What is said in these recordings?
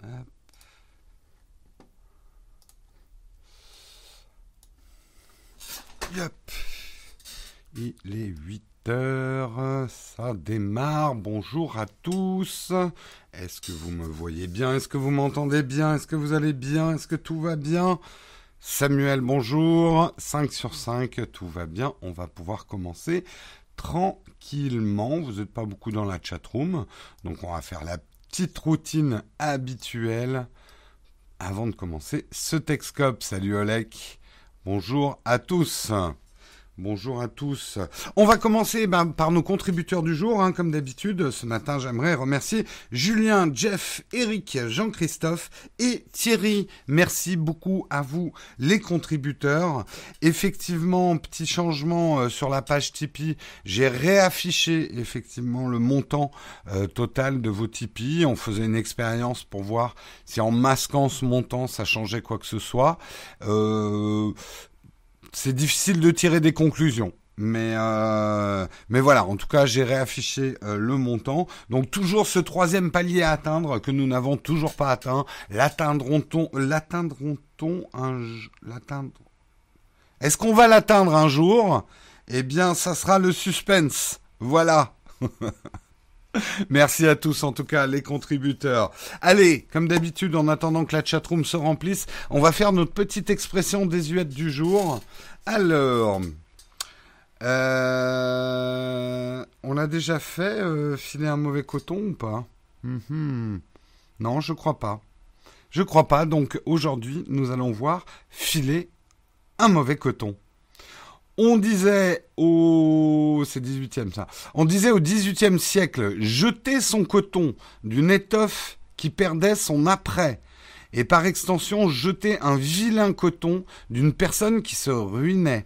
Yep. Il est 8h, ça démarre. Bonjour à tous. Est-ce que vous me voyez bien? Est-ce que vous m'entendez bien? Est-ce que vous allez bien? Est-ce que tout va bien? Samuel, bonjour. 5 sur 5, tout va bien. On va pouvoir commencer tranquillement. Vous n'êtes pas beaucoup dans la chatroom, donc on va faire la petite routine habituelle avant de commencer ce Texcope. Salut Olek. Bonjour à tous. Bonjour à tous. On va commencer par nos contributeurs du jour, comme d'habitude. Ce matin, j'aimerais remercier Julien, Jeff, Eric, Jean-Christophe et Thierry. Merci beaucoup à vous, les contributeurs. Effectivement, petit changement sur la page Tipeee. J'ai réaffiché effectivement le montant total de vos Tipeee. On faisait une expérience pour voir si en masquant ce montant, ça changeait quoi que ce soit. C'est difficile de tirer des conclusions, mais voilà. En tout cas, j'ai réaffiché le montant. Donc toujours ce troisième palier à atteindre que nous n'avons toujours pas atteint. L'atteindrons-on Est-ce qu'on va l'atteindre un jour? Eh bien, ça sera le suspense. Voilà. Merci à tous, en tout cas, les contributeurs. Allez, comme d'habitude, en attendant que la chatroom se remplisse, on va faire notre petite expression désuète du jour. Alors, on a déjà fait filer un mauvais coton ou pas? Non, je crois pas. Je crois pas, donc aujourd'hui, nous allons voir filer un mauvais coton. On disait c'est 18e ça. On disait au 18e siècle, jeter son coton d'une étoffe qui perdait son apprêt. Et par extension, jeter un vilain coton d'une personne qui se ruinait.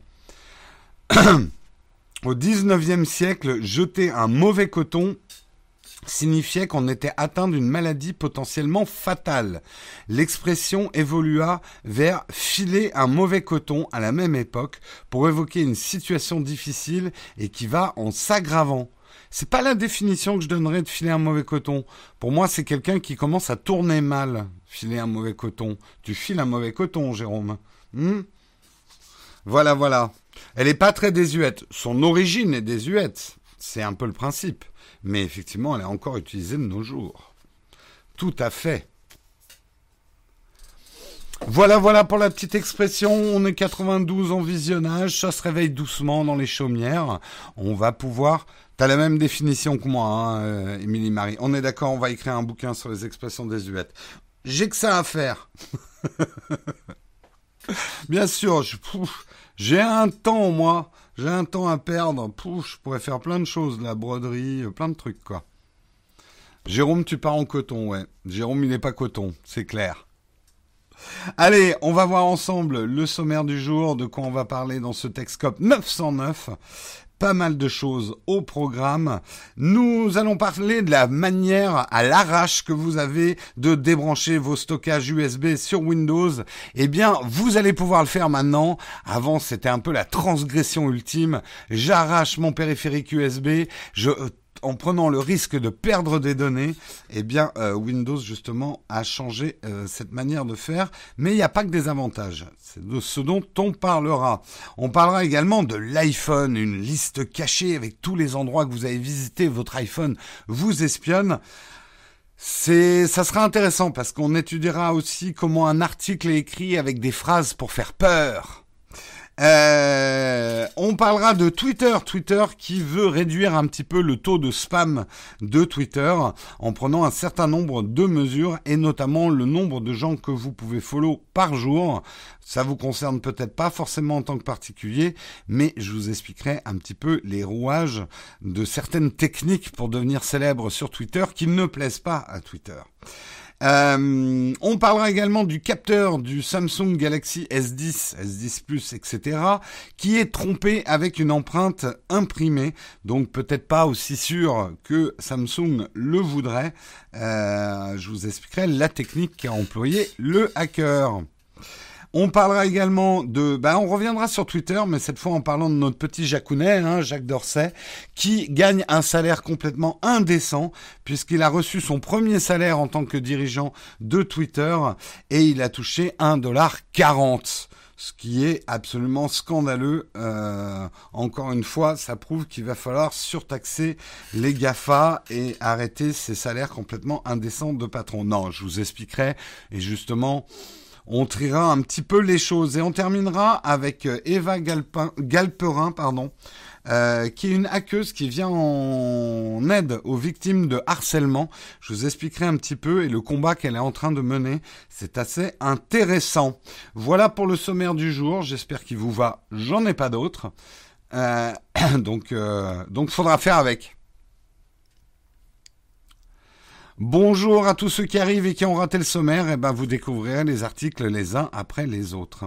Au 19e siècle, jeter un mauvais coton signifiait qu'on était atteint d'une maladie potentiellement fatale. L'expression évolua vers filer un mauvais coton à la même époque pour évoquer une situation difficile et qui va en s'aggravant. C'est pas la définition que je donnerais de filer un mauvais coton. Pour moi, c'est quelqu'un qui commence à tourner mal. Filer un mauvais coton. Tu files un mauvais coton, Jérôme. Voilà. Elle est pas très désuète. Son origine est désuète. C'est un peu le principe. Mais effectivement, elle est encore utilisée de nos jours. Tout à fait. Voilà pour la petite expression. On est 92 en visionnage. Ça se réveille doucement dans les chaumières. On va pouvoir... T'as la même définition que moi, Émilie Marie. On est d'accord, on va écrire un bouquin sur les expressions désuètes. J'ai que ça à faire. Bien sûr, j'ai un temps, moi. J'ai un temps à perdre. Je pourrais faire plein de choses, la broderie, plein de trucs, quoi. Jérôme, tu pars en coton, ouais. Jérôme, il n'est pas coton, c'est clair. Allez, on va voir ensemble le sommaire du jour, de quoi on va parler dans ce Texcope 909. Pas mal de choses au programme. Nous allons parler de la manière à l'arrache que vous avez de débrancher vos stockages USB sur Windows. Eh bien, vous allez pouvoir le faire maintenant. Avant, c'était un peu la transgression ultime. J'arrache mon périphérique USB, en prenant le risque de perdre des données. Eh bien, Windows, justement, a changé cette manière de faire. Mais il n'y a pas que des avantages. C'est de ce dont on parlera. On parlera également de l'iPhone, une liste cachée avec tous les endroits que vous avez visités. Votre iPhone vous espionne. Ça sera intéressant parce qu'on étudiera aussi comment un article est écrit avec des phrases pour faire peur. On parlera de Twitter qui veut réduire un petit peu le taux de spam de Twitter en prenant un certain nombre de mesures et notamment le nombre de gens que vous pouvez follow par jour. Ça vous concerne peut-être pas forcément en tant que particulier, mais je vous expliquerai un petit peu les rouages de certaines techniques pour devenir célèbre sur Twitter qui ne plaisent pas à Twitter. On parlera également du capteur du Samsung Galaxy S10, S10 Plus, etc., qui est trompé avec une empreinte imprimée, donc peut-être pas aussi sûr que Samsung le voudrait. Je vous expliquerai la technique qu'a employé le hacker. On parlera également on reviendra sur Twitter, mais cette fois en parlant de notre petit Jacounet, Jacques Dorsey, qui gagne un salaire complètement indécent, puisqu'il a reçu son premier salaire en tant que dirigeant de Twitter, et il a touché 1,40 $. Ce qui est absolument scandaleux. Encore une fois, ça prouve qu'il va falloir surtaxer les GAFA et arrêter ces salaires complètement indécents de patrons. Non, je vous expliquerai. Et justement, on triera un petit peu les choses. Et on terminera avec Eva Galperin, qui est une hackeuse qui vient en aide aux victimes de harcèlement. Je vous expliquerai un petit peu et le combat qu'elle est en train de mener. C'est assez intéressant. Voilà pour le sommaire du jour. J'espère qu'il vous va. J'en ai pas d'autres. Donc, faudra faire avec. Bonjour à tous ceux qui arrivent et qui ont raté le sommaire. Eh ben, vous découvrirez les articles les uns après les autres.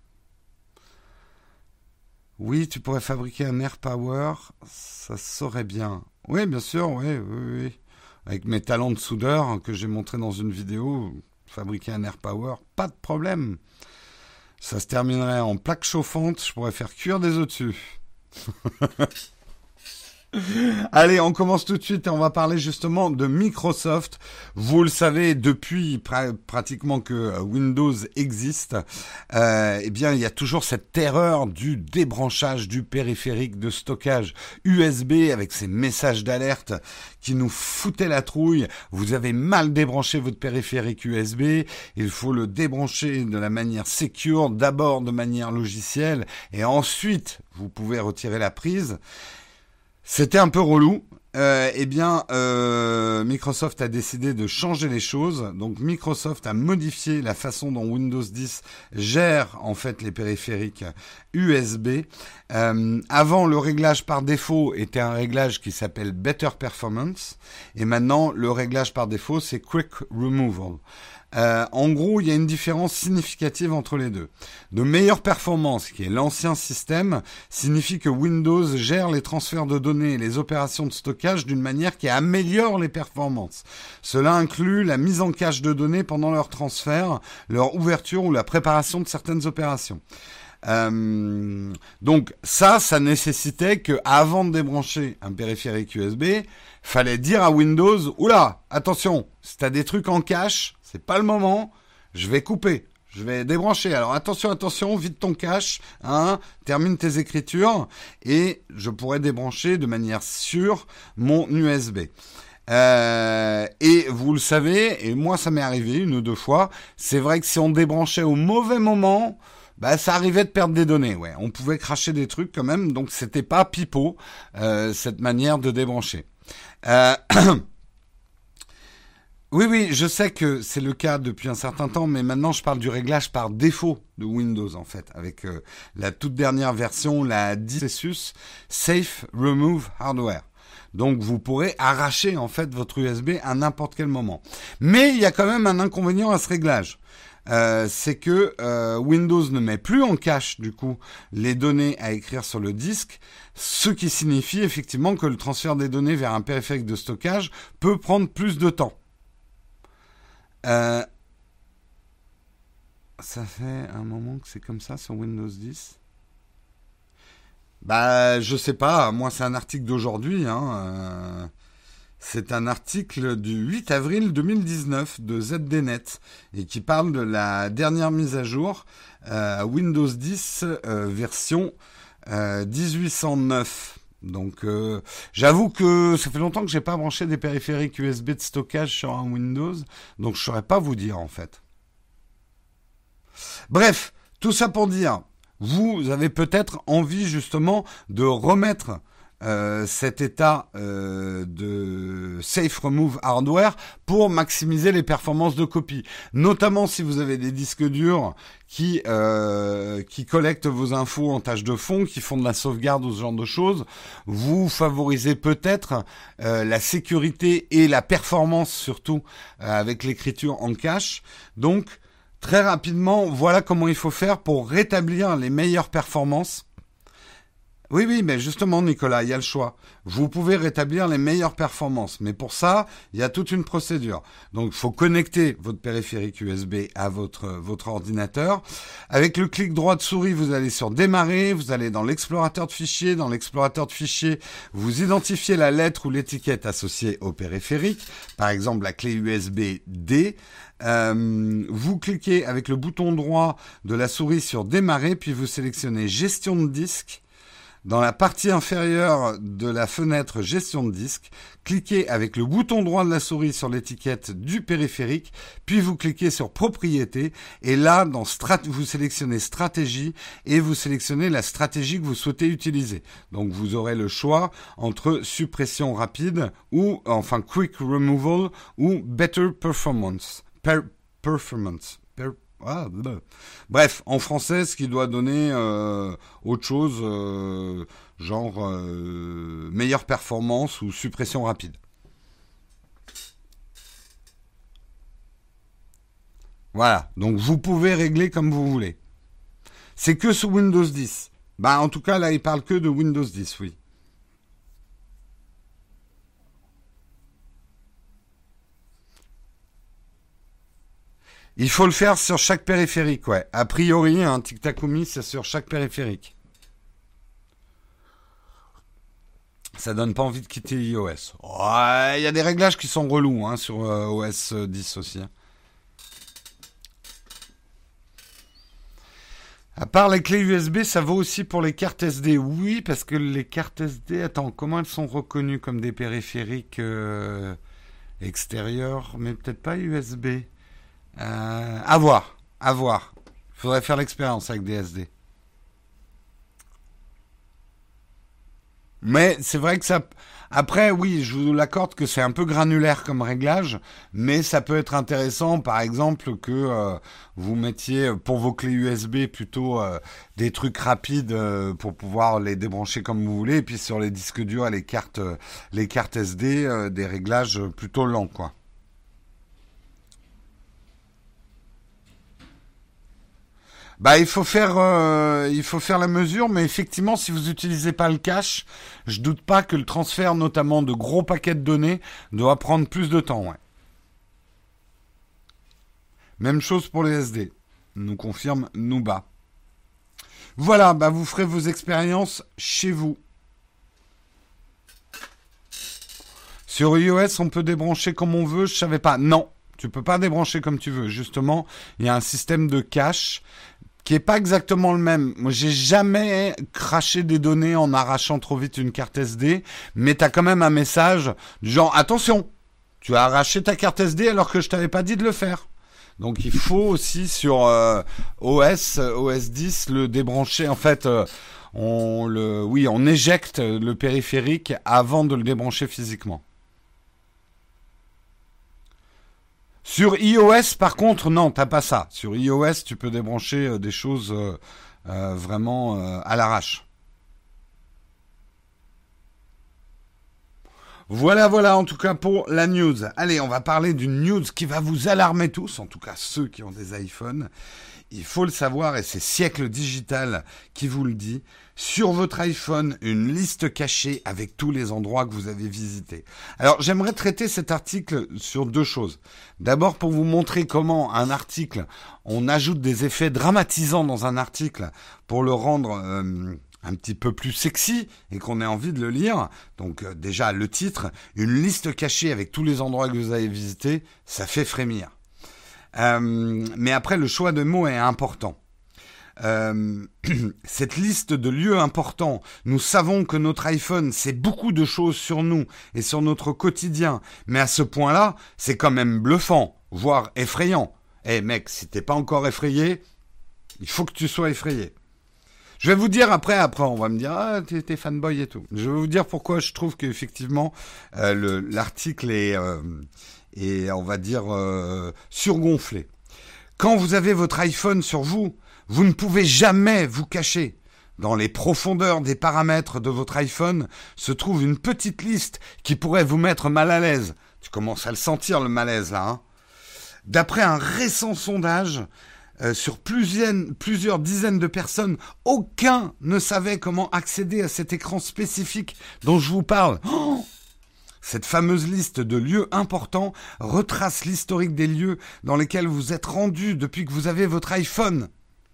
Oui, tu pourrais fabriquer un Air Power, ça serait bien. Oui, bien sûr, oui. Avec mes talents de soudeur que j'ai montré dans une vidéo, fabriquer un Air Power, pas de problème. Ça se terminerait en plaque chauffante, je pourrais faire cuire des œufs dessus. Allez, on commence tout de suite et on va parler justement de Microsoft. Vous le savez, depuis pratiquement que Windows existe, il y a toujours cette terreur du débranchage du périphérique de stockage USB avec ces messages d'alerte qui nous foutaient la trouille. Vous avez mal débranché votre périphérique USB, il faut le débrancher de la manière secure, d'abord de manière logicielle et ensuite vous pouvez retirer la prise. C'était un peu relou. Microsoft a décidé de changer les choses. Donc Microsoft a modifié la façon dont Windows 10 gère en fait les périphériques USB. Avant, le réglage par défaut était un réglage qui s'appelle Better Performance. Et maintenant, le réglage par défaut, c'est Quick Removal. En gros, il y a une différence significative entre les deux. De meilleure performance, qui est l'ancien système, signifie que Windows gère les transferts de données et les opérations de stockage d'une manière qui améliore les performances. Cela inclut la mise en cache de données pendant leur transfert, leur ouverture ou la préparation de certaines opérations. Donc ça nécessitait que avant de débrancher un périphérique USB, fallait dire à Windows, oula, attention, si t'as des trucs en cache, c'est pas le moment, je vais couper, je vais débrancher. Alors attention, vide ton cache, termine tes écritures et je pourrai débrancher de manière sûre mon USB. Et vous le savez, et moi ça m'est arrivé une ou deux fois, c'est vrai que si on débranchait au mauvais moment, ça arrivait de perdre des données, ouais. On pouvait cracher des trucs quand même, donc c'était pas pipeau, cette manière de débrancher. Oui, je sais que c'est le cas depuis un certain temps, mais maintenant je parle du réglage par défaut de Windows en fait, avec la toute dernière version, la 10 Safe Remove Hardware. Donc vous pourrez arracher en fait votre USB à n'importe quel moment. Mais il y a quand même un inconvénient à ce réglage. C'est que Windows ne met plus en cache du coup les données à écrire sur le disque, ce qui signifie effectivement que le transfert des données vers un périphérique de stockage peut prendre plus de temps. Ça fait un moment que c'est comme ça sur Windows 10. Je sais pas, moi c'est un article d'aujourd'hui, c'est un article du 8 avril 2019 de ZDNet et qui parle de la dernière mise à jour Windows 10 version 1809. Donc j'avoue que ça fait longtemps que j'ai pas branché des périphériques USB de stockage sur un Windows, donc je saurais pas vous dire en fait. Bref, tout ça pour dire, vous avez peut-être envie justement de remettre cet état de Safe Remove Hardware pour maximiser les performances de copie. Notamment si vous avez des disques durs qui collectent vos infos en tâche de fond, qui font de la sauvegarde ou ce genre de choses, vous favorisez peut-être la sécurité et la performance surtout avec l'écriture en cache. Donc très rapidement, voilà comment il faut faire pour rétablir les meilleures performances. Oui, oui, mais justement, Nicolas, il y a le choix. Vous pouvez rétablir les meilleures performances, mais pour ça, il y a toute une procédure. Donc, il faut connecter votre périphérique USB à votre ordinateur. Avec le clic droit de souris, vous allez sur Démarrer, vous allez dans l'explorateur de fichiers. Dans l'explorateur de fichiers, vous identifiez la lettre ou l'étiquette associée au périphérique, par exemple la clé USB D. Vous cliquez avec le bouton droit de la souris sur Démarrer, puis vous sélectionnez Gestion de disque. Dans la partie inférieure de la fenêtre Gestion de disque, cliquez avec le bouton droit de la souris sur l'étiquette du périphérique, puis vous cliquez sur Propriétés, et là, vous sélectionnez Stratégie, et vous sélectionnez la stratégie que vous souhaitez utiliser. Donc vous aurez le choix entre suppression rapide, ou enfin Quick Removal, ou Better Performance. Bref, en français, ce qui doit donner autre chose, genre meilleure performance ou suppression rapide. Voilà, donc vous pouvez régler comme vous voulez. C'est que sous Windows 10. En tout cas, là, il parle que de Windows 10, oui. Il faut le faire sur chaque périphérique, ouais. A priori, Tic-Takumi, c'est sur chaque périphérique. Ça donne pas envie de quitter iOS. Ouais, il y a des réglages qui sont relous sur OS 10 aussi. À part les clés USB, ça vaut aussi pour les cartes SD. Oui, parce que les cartes SD, attends, comment elles sont reconnues comme des périphériques extérieurs, mais peut-être pas USB. À voir. Faudrait faire l'expérience avec des SD. Mais c'est vrai que ça... Après, oui, je vous l'accorde que c'est un peu granulaire comme réglage, mais ça peut être intéressant, par exemple, que vous mettiez pour vos clés USB plutôt des trucs rapides pour pouvoir les débrancher comme vous voulez, et puis sur les disques durs et les cartes SD, des réglages plutôt lents, quoi. Il faut faire la mesure, mais effectivement, si vous n'utilisez pas le cache, je doute pas que le transfert, notamment de gros paquets de données, doit prendre plus de temps, ouais. Même chose pour les SD, nous confirme Nouba. Voilà, vous ferez vos expériences chez vous. Sur iOS, on peut débrancher comme on veut, je savais pas. Non, tu peux pas débrancher comme tu veux. Justement, il y a un système de cache qui est pas exactement le même. Moi, j'ai jamais craché des données en arrachant trop vite une carte SD, mais t'as quand même un message du genre attention, tu as arraché ta carte SD alors que je t'avais pas dit de le faire. Donc il faut aussi sur OS 10 le débrancher. En fait, on éjecte le périphérique avant de le débrancher physiquement. Sur iOS, par contre, non, t'as pas ça. Sur iOS, tu peux débrancher des choses vraiment à l'arrache. Voilà, en tout cas pour la news. Allez, on va parler d'une news qui va vous alarmer tous, en tout cas ceux qui ont des iPhones. Il faut le savoir, et c'est Siècle Digital qui vous le dit. Sur votre iPhone, une liste cachée avec tous les endroits que vous avez visités. Alors, j'aimerais traiter cet article sur deux choses. D'abord, pour vous montrer comment un article, on ajoute des effets dramatisants dans un article pour le rendre un petit peu plus sexy et qu'on ait envie de le lire. Donc, déjà, le titre, une liste cachée avec tous les endroits que vous avez visités, ça fait frémir. Mais après, le choix de mots est important. Cette liste de lieux importants, nous savons que notre iPhone sait beaucoup de choses sur nous et sur notre quotidien, mais à ce point-là, c'est quand même bluffant, voire effrayant. Mec, si t'es pas encore effrayé, il faut que tu sois effrayé. Je vais vous dire après on va me dire t'es fanboy et tout. Je vais vous dire pourquoi je trouve qu'effectivement l'article est on va dire surgonflé. Quand vous avez votre iPhone sur vous, vous ne pouvez jamais vous cacher. Dans les profondeurs des paramètres de votre iPhone se trouve une petite liste qui pourrait vous mettre mal à l'aise. Tu commences à le sentir, le malaise là. D'après un récent sondage, sur plusieurs dizaines de personnes. Aucun ne savait comment accéder à cet écran spécifique dont je vous parle. Cette fameuse liste de lieux importants retrace l'historique des lieux dans lesquels vous êtes rendu depuis que vous avez votre iPhone.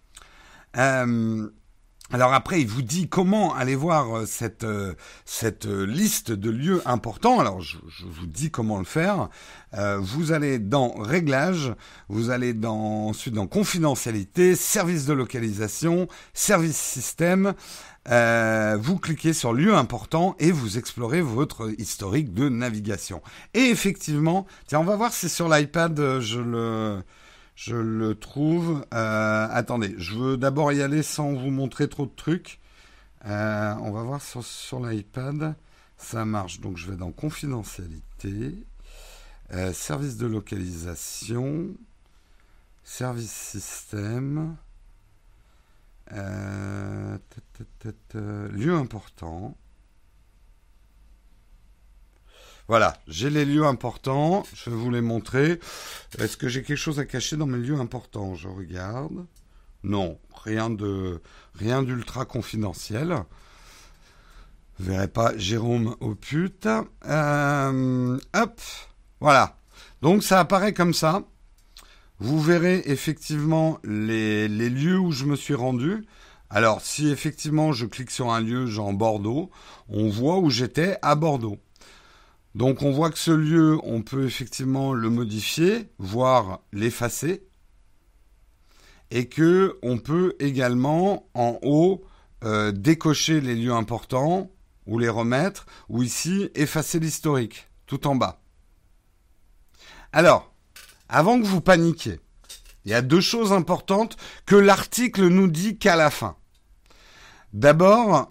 Alors après, il vous dit comment aller voir cette liste de lieux importants. Alors je vous dis comment le faire. Vous allez dans Réglages, vous allez ensuite dans Confidentialité, Service de localisation, Service système. Vous cliquez sur lieu important et vous explorez votre historique de navigation. Et effectivement, tiens, on va voir si sur l'iPad je le trouve. Attendez, je veux d'abord y aller sans vous montrer trop de trucs. On va voir sur l'iPad. Ça marche. Donc je vais dans Confidentialité, Service de localisation, Service système. Lieu important. Voilà, j'ai les lieux importants, je vais vous les montrer. Est-ce que j'ai quelque chose à cacher dans mes lieux importants? Je regarde. Non, rien d'ultra confidentiel. Vous verrez pas Jérôme au pute. Hop, voilà. Donc ça apparaît comme ça. Vous verrez effectivement les lieux où je me suis rendu. Alors, si effectivement je clique sur un lieu, genre Bordeaux, on voit où j'étais à Bordeaux. Donc, on voit que ce lieu, on peut effectivement le modifier, voire l'effacer. Et que on peut également, en haut, décocher les lieux importants, ou les remettre, ou ici, effacer l'historique, tout en bas. Alors, avant que vous paniquiez, il y a 2 choses importantes que l'article nous dit qu'à la fin. D'abord,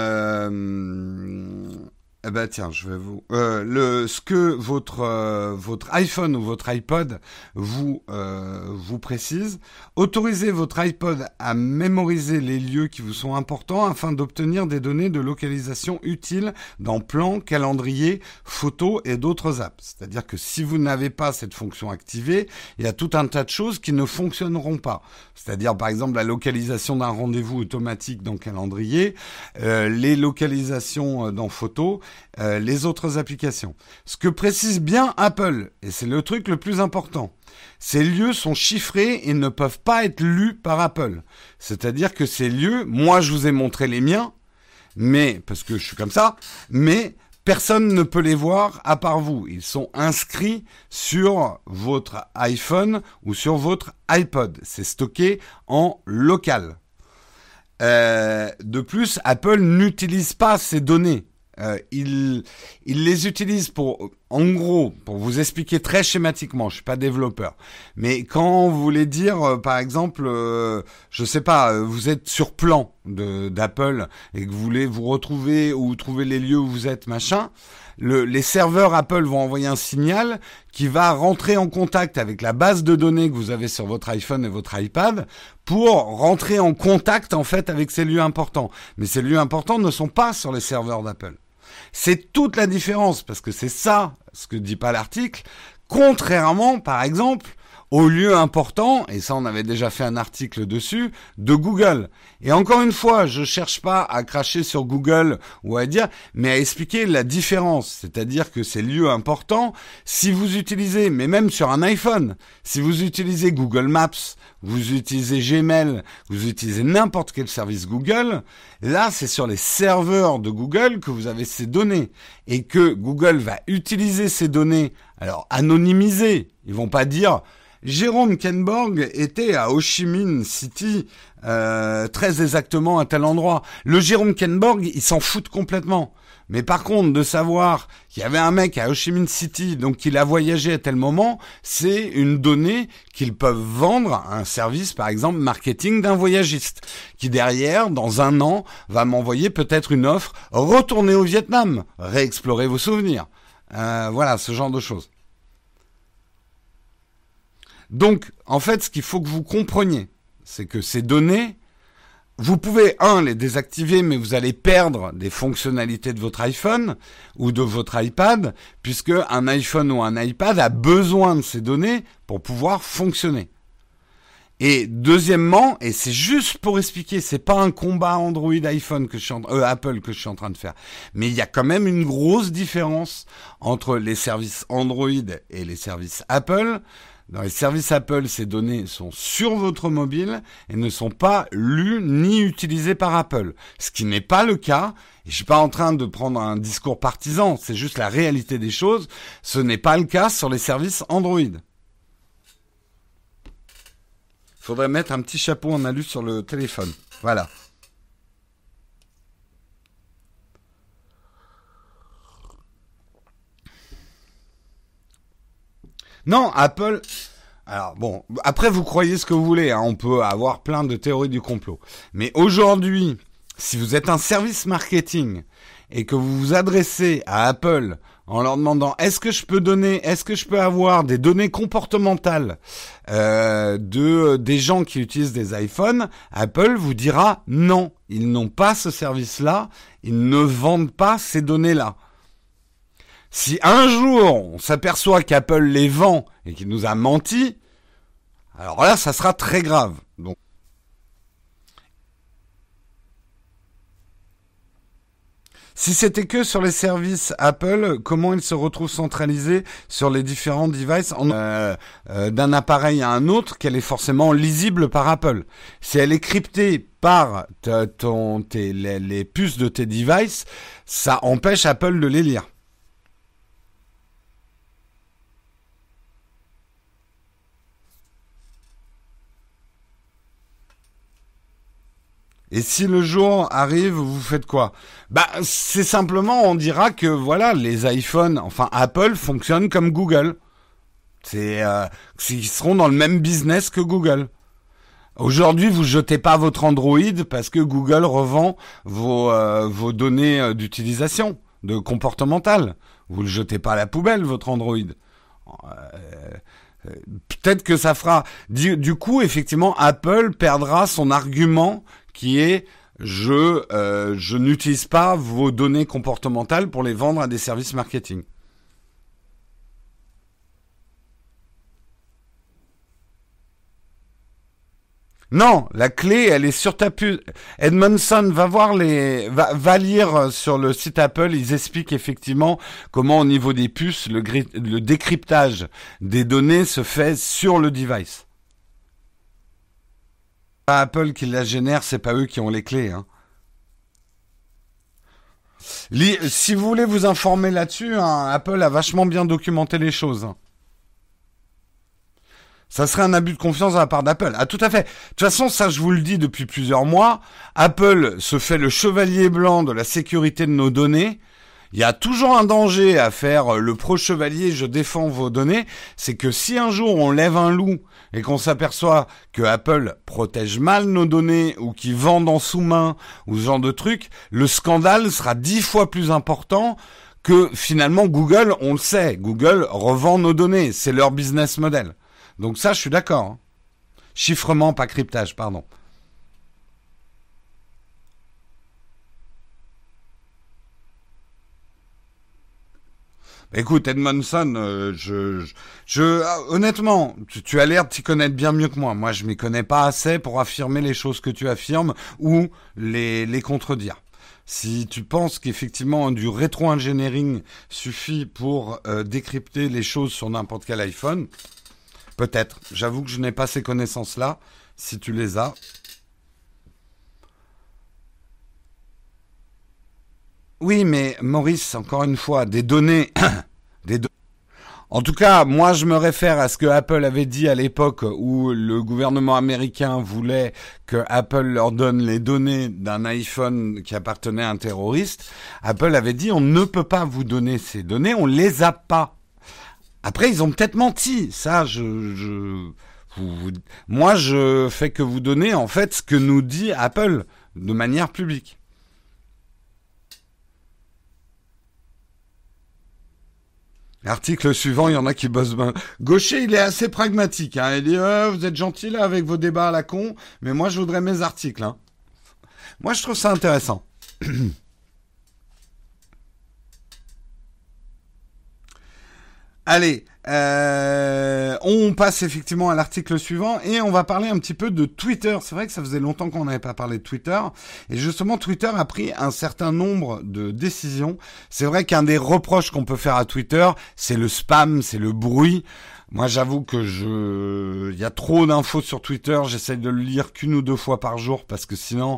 tiens, je vais vous ce que votre iPhone ou votre iPod vous précise. Autorisez votre iPod à mémoriser les lieux qui vous sont importants afin d'obtenir des données de localisation utiles dans plans, calendrier, photos et d'autres apps. C'est-à-dire que si vous n'avez pas cette fonction activée, il y a tout un tas de choses qui ne fonctionneront pas. C'est-à-dire par exemple la localisation d'un rendez-vous automatique dans calendrier, les localisations dans photos, les autres applications. Ce que précise bien Apple, et c'est le truc le plus important, ces lieux sont chiffrés et ne peuvent pas être lus par Apple. C'est-à-dire que ces lieux, moi je vous ai montré les miens, mais parce que je suis comme ça, mais personne ne peut les voir à part vous. Ils sont inscrits sur votre iPhone ou sur votre iPod. C'est stocké en local. De plus, Apple n'utilise pas ces données. Il les utilise en gros, pour vous expliquer très schématiquement, je suis pas développeur, mais quand vous voulez dire, par exemple, je sais pas, vous êtes sur plan d'Apple et que vous voulez vous retrouver ou trouver les lieux où vous êtes, machin, les serveurs Apple vont envoyer un signal qui va rentrer en contact avec la base de données que vous avez sur votre iPhone et votre iPad pour rentrer en contact, en fait, avec ces lieux importants. Mais ces lieux importants ne sont pas sur les serveurs d'Apple. C'est toute la différence, parce que c'est ça, ce que dit pas l'article, contrairement, par exemple, aux lieux importants, et ça on avait déjà fait un article dessus, de Google. Et encore une fois, je cherche pas à cracher sur Google ou à dire, mais à expliquer la différence. C'est-à-dire que ces lieux importants, si vous utilisez, mais même sur un iPhone, si vous utilisez Google Maps, vous utilisez Gmail, vous utilisez n'importe quel service Google, là c'est sur les serveurs de Google que vous avez ces données. Et que Google va utiliser ces données, alors anonymisées, ils vont pas dire... Jérôme Kenborg était à Ho Chi Minh City, très exactement à tel endroit. Le Jérôme Kenborg, il s'en fout complètement. Mais par contre, de savoir qu'il y avait un mec à Ho Chi Minh City, donc qu'il a voyagé à tel moment, c'est une donnée qu'ils peuvent vendre à un service, par exemple, marketing d'un voyagiste, qui derrière, dans un an, va m'envoyer peut-être une offre, retournez au Vietnam, réexplorer vos souvenirs. Voilà, ce genre de choses. Donc, en fait, ce qu'il faut que vous compreniez, c'est que ces données, vous pouvez, les désactiver, mais vous allez perdre des fonctionnalités de votre iPhone ou de votre iPad, puisque un iPhone ou un iPad a besoin de ces données pour pouvoir fonctionner. Et deuxièmement, et c'est juste pour expliquer, c'est pas un combat Android iPhone que je suis Apple que je suis en train de faire, mais il y a quand même une grosse différence entre les services Android et les services Apple. Dans les services Apple, ces données sont sur votre mobile et ne sont pas lues ni utilisées par Apple. Ce qui n'est pas le cas, et je suis pas en train de prendre un discours partisan, c'est juste la réalité des choses, ce n'est pas le cas sur les services Android. Faudrait mettre un petit chapeau en alu sur le téléphone. Voilà. Non, Apple... Alors bon, après vous croyez ce que vous voulez, hein, on peut avoir plein de théories du complot. Mais aujourd'hui, si vous êtes un service marketing et que vous vous adressez à Apple en leur demandant est-ce que je peux avoir des données comportementales des gens qui utilisent des iPhones, Apple vous dira non, ils n'ont pas ce service-là, ils ne vendent pas ces données-là. Si un jour on s'aperçoit qu'Apple les vend et qu'il nous a menti, alors là ça sera très grave. Donc si c'était que sur les services Apple, comment ils se retrouvent centralisés sur les différents devices d'un appareil à un autre, qu'elle est forcément lisible par Apple. Si elle est cryptée par les puces de tes devices, ça empêche Apple de les lire. Et si le jour arrive, vous faites quoi? Bah, c'est simplement, on dira que voilà, les iPhones, enfin Apple fonctionnent comme Google. Ils seront dans le même business que Google. Aujourd'hui, vous jetez pas votre Android parce que Google revend vos données d'utilisation, de comportementales. Vous le jetez pas à la poubelle, votre Android. Peut-être que ça fera... Du coup, effectivement, Apple perdra son argument qui est je n'utilise pas vos données comportementales pour les vendre à des services marketing. Non, la clé, elle est sur ta puce. Edmondson, va lire sur le site Apple, ils expliquent effectivement comment au niveau des puces, le décryptage des données se fait sur le device. Pas Apple qui la génère, c'est pas eux qui ont les clés, hein. Si vous voulez vous informer là-dessus, hein, Apple a vachement bien documenté les choses, hein. Ça serait un abus de confiance de la part d'Apple. Ah, tout à fait. De toute façon, ça, je vous le dis depuis plusieurs mois. Apple se fait le chevalier blanc de la sécurité de nos données. Il y a toujours un danger à faire le pro-chevalier, je défends vos données. C'est que si un jour on lève un loup et qu'on s'aperçoit que Apple protège mal nos données ou qu'ils vendent en sous-main ou ce genre de trucs, le scandale sera 10 fois plus important que finalement Google, on le sait. Google revend nos données. C'est leur business model. Donc ça, je suis d'accord, hein. Chiffrement, pas cryptage, pardon. Écoute, Edmondson, honnêtement, tu as l'air de t'y connaître bien mieux que moi. Moi, je m'y connais pas assez pour affirmer les choses que tu affirmes ou les contredire. Si tu penses qu'effectivement du rétro-engineering suffit pour décrypter les choses sur n'importe quel iPhone, peut-être. J'avoue que je n'ai pas ces connaissances-là. Si tu les as. Oui, mais Maurice, encore une fois, des données, des do- En tout cas, moi, je me réfère à ce que Apple avait dit à l'époque où le gouvernement américain voulait que Apple leur donne les données d'un iPhone qui appartenait à un terroriste. Apple avait dit on ne peut pas vous donner ces données, on les a pas. Après, ils ont peut-être menti. Ça, moi, je fais que vous donner en fait ce que nous dit Apple de manière publique. Article suivant, il y en a qui bossent bien. Gaucher, il est assez pragmatique, hein. Il dit, vous êtes gentil là avec vos débats à la con, mais moi je voudrais mes articles, hein. Moi je trouve ça intéressant. Allez, On passe effectivement à l'article suivant et on va parler un petit peu de Twitter. C'est vrai que ça faisait longtemps qu'on n'avait pas parlé de Twitter. Et justement, Twitter a pris un certain nombre de décisions. C'est vrai qu'un des reproches qu'on peut faire à Twitter, c'est le spam, c'est le bruit. Moi, j'avoue que il y a trop d'infos sur Twitter. J'essaie de le lire qu'une ou deux fois par jour parce que sinon,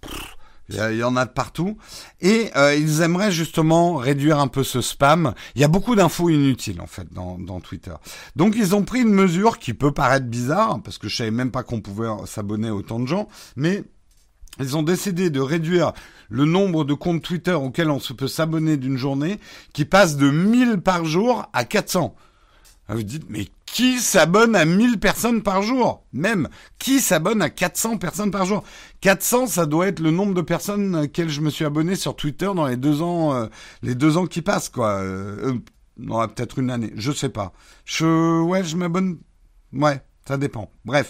il y en a de partout. Et ils aimeraient justement réduire un peu ce spam. Il y a beaucoup d'infos inutiles en fait dans Twitter. Donc ils ont pris une mesure qui peut paraître bizarre parce que je savais même pas qu'on pouvait s'abonner à autant de gens, mais ils ont décidé de réduire le nombre de comptes Twitter auxquels on se peut s'abonner d'une journée, qui passe de 1000 par jour à 400. Vous dites, mais qui s'abonne à 1000 personnes par jour? Même, qui s'abonne à 400 personnes par jour? 400, ça doit être le nombre de personnes auxquelles je me suis abonné sur Twitter dans les 2 ans qui passent, quoi. Non, peut-être une année, je sais pas. Je m'abonne, ouais. Ça dépend. Bref.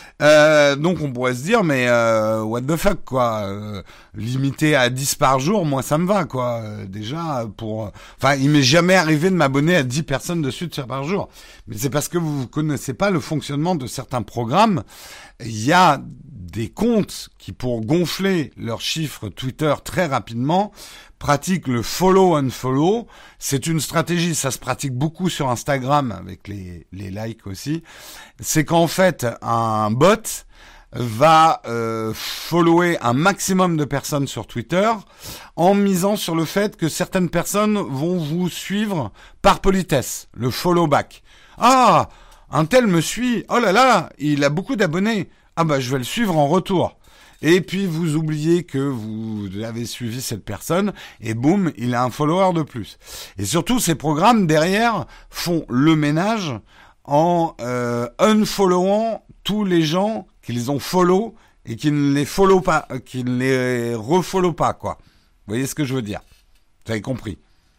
Donc on pourrait se dire, mais what the fuck, quoi. Limité à 10 par jour, moi ça me va, quoi. Déjà, Enfin, il m'est jamais arrivé de m'abonner à 10 personnes dessus par jour. Mais c'est parce que vous connaissez pas le fonctionnement de certains programmes. Il y a des comptes qui, pour gonfler leurs chiffres Twitter très rapidement, pratiquent le follow-unfollow. C'est une stratégie, ça se pratique beaucoup sur Instagram avec les likes aussi. C'est qu'en fait, un bot va follower un maximum de personnes sur Twitter en misant sur le fait que certaines personnes vont vous suivre par politesse, le follow back. Ah, un tel me suit, oh là là, il a beaucoup d'abonnés. Ah bah je vais le suivre en retour. Et puis vous oubliez que vous avez suivi cette personne et boum, il a un follower de plus. Et surtout, ces programmes derrière font le ménage en unfollowant tous les gens qu'ils ont follow et qui ne les follow pas, qui ne les refollow pas, quoi. Vous voyez ce que je veux dire? Vous avez compris.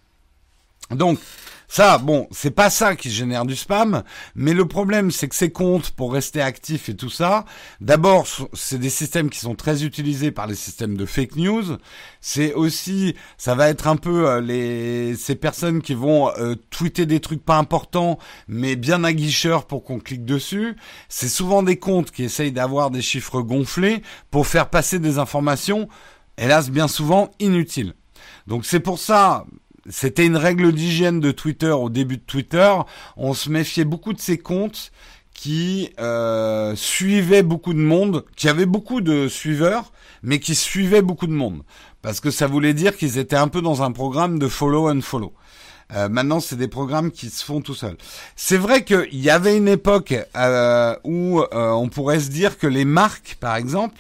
Donc, ça, bon, c'est pas ça qui génère du spam, mais le problème, c'est que ces comptes, pour rester actifs et tout ça, d'abord, c'est des systèmes qui sont très utilisés par les systèmes de fake news. C'est aussi, ça va être un peu ces personnes qui vont tweeter des trucs pas importants, mais bien aguicheurs pour qu'on clique dessus. C'est souvent des comptes qui essayent d'avoir des chiffres gonflés pour faire passer des informations, hélas, bien souvent inutiles. Donc c'est pour ça. C'était une règle d'hygiène de Twitter au début de Twitter. On se méfiait beaucoup de ces comptes qui suivaient beaucoup de monde, qui avaient beaucoup de suiveurs, mais qui suivaient beaucoup de monde. Parce que ça voulait dire qu'ils étaient un peu dans un programme de follow-unfollow. Maintenant, c'est des programmes qui se font tout seuls. C'est vrai qu'il y avait une époque où on pourrait se dire que les marques, par exemple,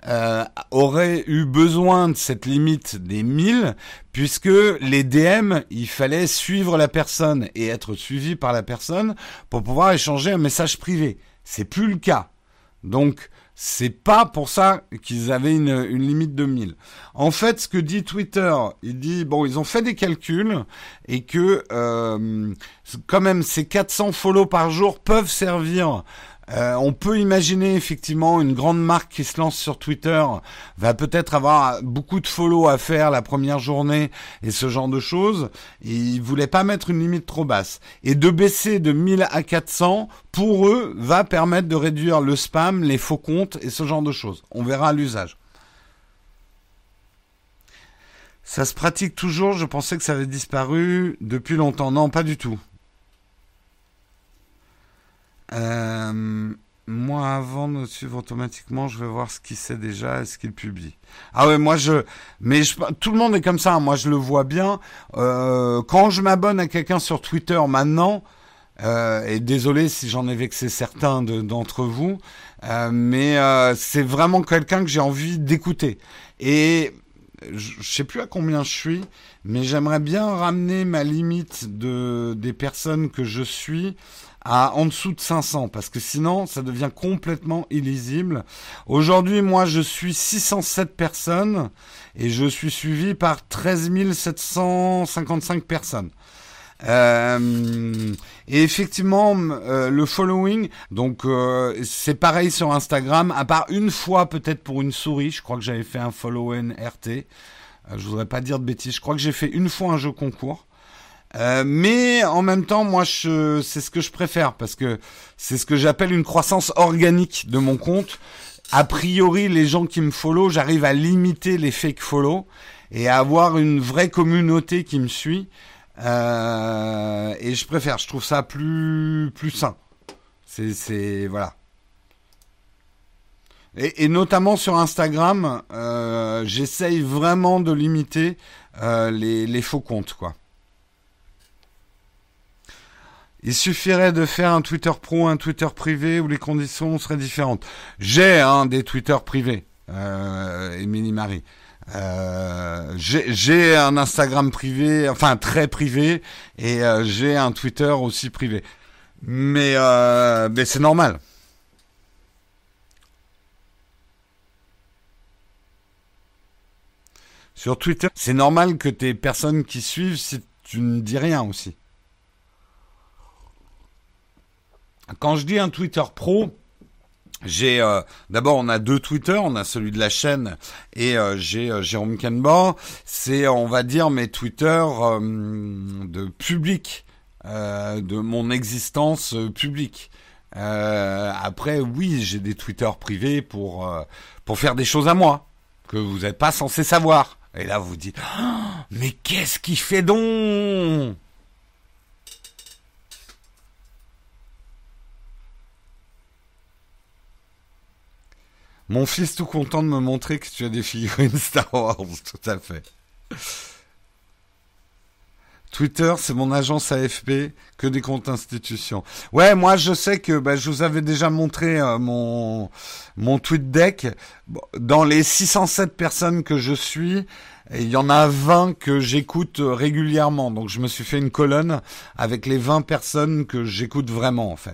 aurait eu besoin de cette limite des 1000, puisque les DM, il fallait suivre la personne et être suivi par la personne pour pouvoir échanger un message privé. C'est plus le cas. Donc, c'est pas pour ça qu'ils avaient une limite de 1000. En fait, ce que dit Twitter, il dit, bon, ils ont fait des calculs et que quand même ces 400 follow par jour peuvent servir. On peut imaginer effectivement une grande marque qui se lance sur Twitter va peut-être avoir beaucoup de follow à faire la première journée et ce genre de choses. Et ils voulaient pas mettre une limite trop basse. Et de baisser de 1000 à 400, pour eux, va permettre de réduire le spam, les faux comptes et ce genre de choses. On verra à l'usage. Ça se pratique toujours, je pensais que ça avait disparu depuis longtemps. Non, pas du tout. Moi, avant de suivre automatiquement, je vais voir ce qu'il sait déjà et ce qu'il publie. Ah ouais, tout le monde est comme ça. Moi, je le vois bien. Quand je m'abonne à quelqu'un sur Twitter maintenant, et désolé si j'en ai vexé certains d'entre vous, mais c'est vraiment quelqu'un que j'ai envie d'écouter. Et je sais plus à combien je suis, mais j'aimerais bien ramener ma limite des personnes que je suis à en dessous de 500, parce que sinon, ça devient complètement illisible. Aujourd'hui, moi, je suis 607 personnes, et je suis suivi par 13 755 personnes. Et effectivement, le following, donc c'est pareil sur Instagram, à part une fois peut-être pour une souris, je crois que j'avais fait un follow RT, je voudrais pas dire de bêtises, je crois que j'ai fait une fois un jeu concours. Mais en même temps, moi, c'est ce que je préfère parce que c'est ce que j'appelle une croissance organique de mon compte. A priori, les gens qui me follow, j'arrive à limiter les fake follow et à avoir une vraie communauté qui me suit. Et je préfère, je trouve ça plus sain. Voilà. Et notamment sur Instagram, j'essaye vraiment de limiter les faux comptes, quoi. Il suffirait de faire un Twitter pro, un Twitter privé où les conditions seraient différentes. J'ai des Twitter privés, Émilie Marie. J'ai un Instagram privé, enfin très privé, et j'ai un Twitter aussi privé. Mais c'est normal. Sur Twitter, c'est normal que t'aies personnes qui suivent si tu ne dis rien aussi. Quand je dis un Twitter pro, j'ai d'abord on a deux Twitter, on a celui de la chaîne et j'ai Jérôme Kenbor. C'est on va dire mes Twitter de public, de mon existence publique. Après oui j'ai des Twitter privés pour faire des choses à moi que vous n'êtes pas censé savoir. Et là vous dites oh, mais qu'est-ce qu'il fait donc? Mon fils tout content de me montrer que tu as des figurines Star Wars, tout à fait. Twitter, c'est mon agence AFP, que des comptes institutions. Ouais, moi je sais que je vous avais déjà montré mon tweet deck. Dans les 607 personnes que je suis, il y en a 20 que j'écoute régulièrement. Donc je me suis fait une colonne avec les 20 personnes que j'écoute vraiment en fait.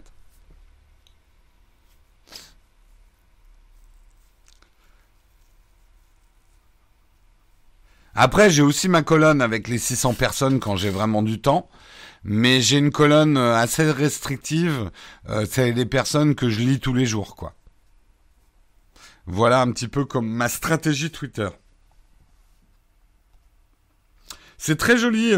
Après, j'ai aussi ma colonne avec les 600 personnes quand j'ai vraiment du temps. Mais j'ai une colonne assez restrictive. C'est des personnes que je lis tous les jours, quoi. Voilà un petit peu comme ma stratégie Twitter. C'est très joli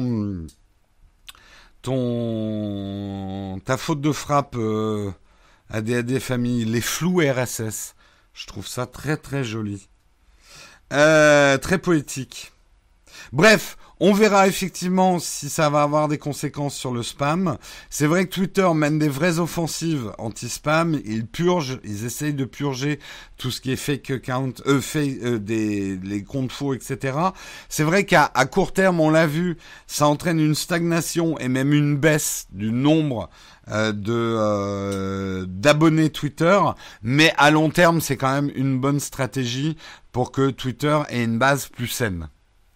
ta faute de frappe ADAD famille, les flous RSS. Je trouve ça très très joli. Très poétique. Bref, on verra effectivement si ça va avoir des conséquences sur le spam. C'est vrai que Twitter mène des vraies offensives anti-spam. Ils essayent de purger tout ce qui est fake account, les comptes faux, etc. C'est vrai qu'à court terme, on l'a vu, ça entraîne une stagnation et même une baisse du nombre d'abonnés Twitter, mais à long terme, c'est quand même une bonne stratégie pour que Twitter ait une base plus saine.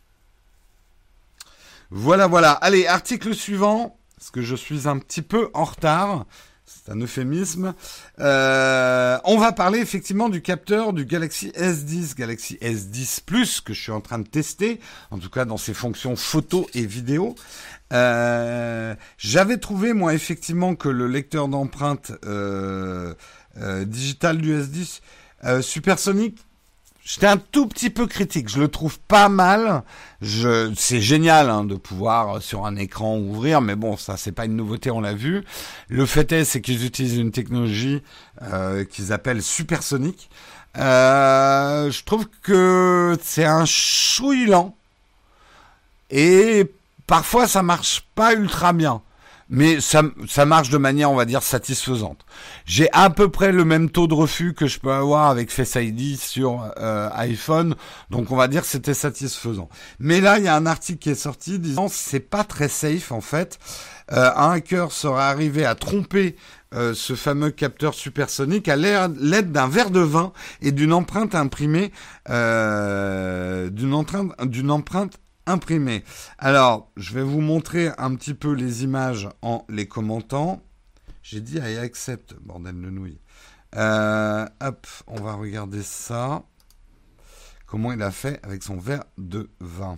Voilà, voilà. Allez, article suivant, parce que je suis un petit peu en retard. C'est un euphémisme. On va parler effectivement du capteur du Galaxy S10, Galaxy S10 Plus, que je suis en train de tester, en tout cas dans ses fonctions photo et vidéo. J'avais trouvé, moi, effectivement, que le lecteur d'empreintes digital du S10 supersonique, j'étais un tout petit peu critique. Je le trouve pas mal. C'est génial de pouvoir sur un écran ouvrir, mais bon, ça c'est pas une nouveauté, on l'a vu. Le fait est, c'est qu'ils utilisent une technologie qu'ils appellent supersonique. Je trouve que c'est un chouïa lent et parfois ça marche pas ultra bien. Mais ça marche de manière, on va dire, satisfaisante. J'ai à peu près le même taux de refus que je peux avoir avec Face ID sur iPhone, donc on va dire que c'était satisfaisant. Mais là, il y a un article qui est sorti disant que c'est pas très safe en fait. Un hacker serait arrivé à tromper ce fameux capteur supersonique à l'aide d'un verre de vin et d'une empreinte imprimée, d'une empreinte imprimé. Alors, je vais vous montrer un petit peu les images en les commentant. J'ai dit I accept, bordel de nouilles. Hop, on va regarder ça. Comment il a fait avec son verre de vin.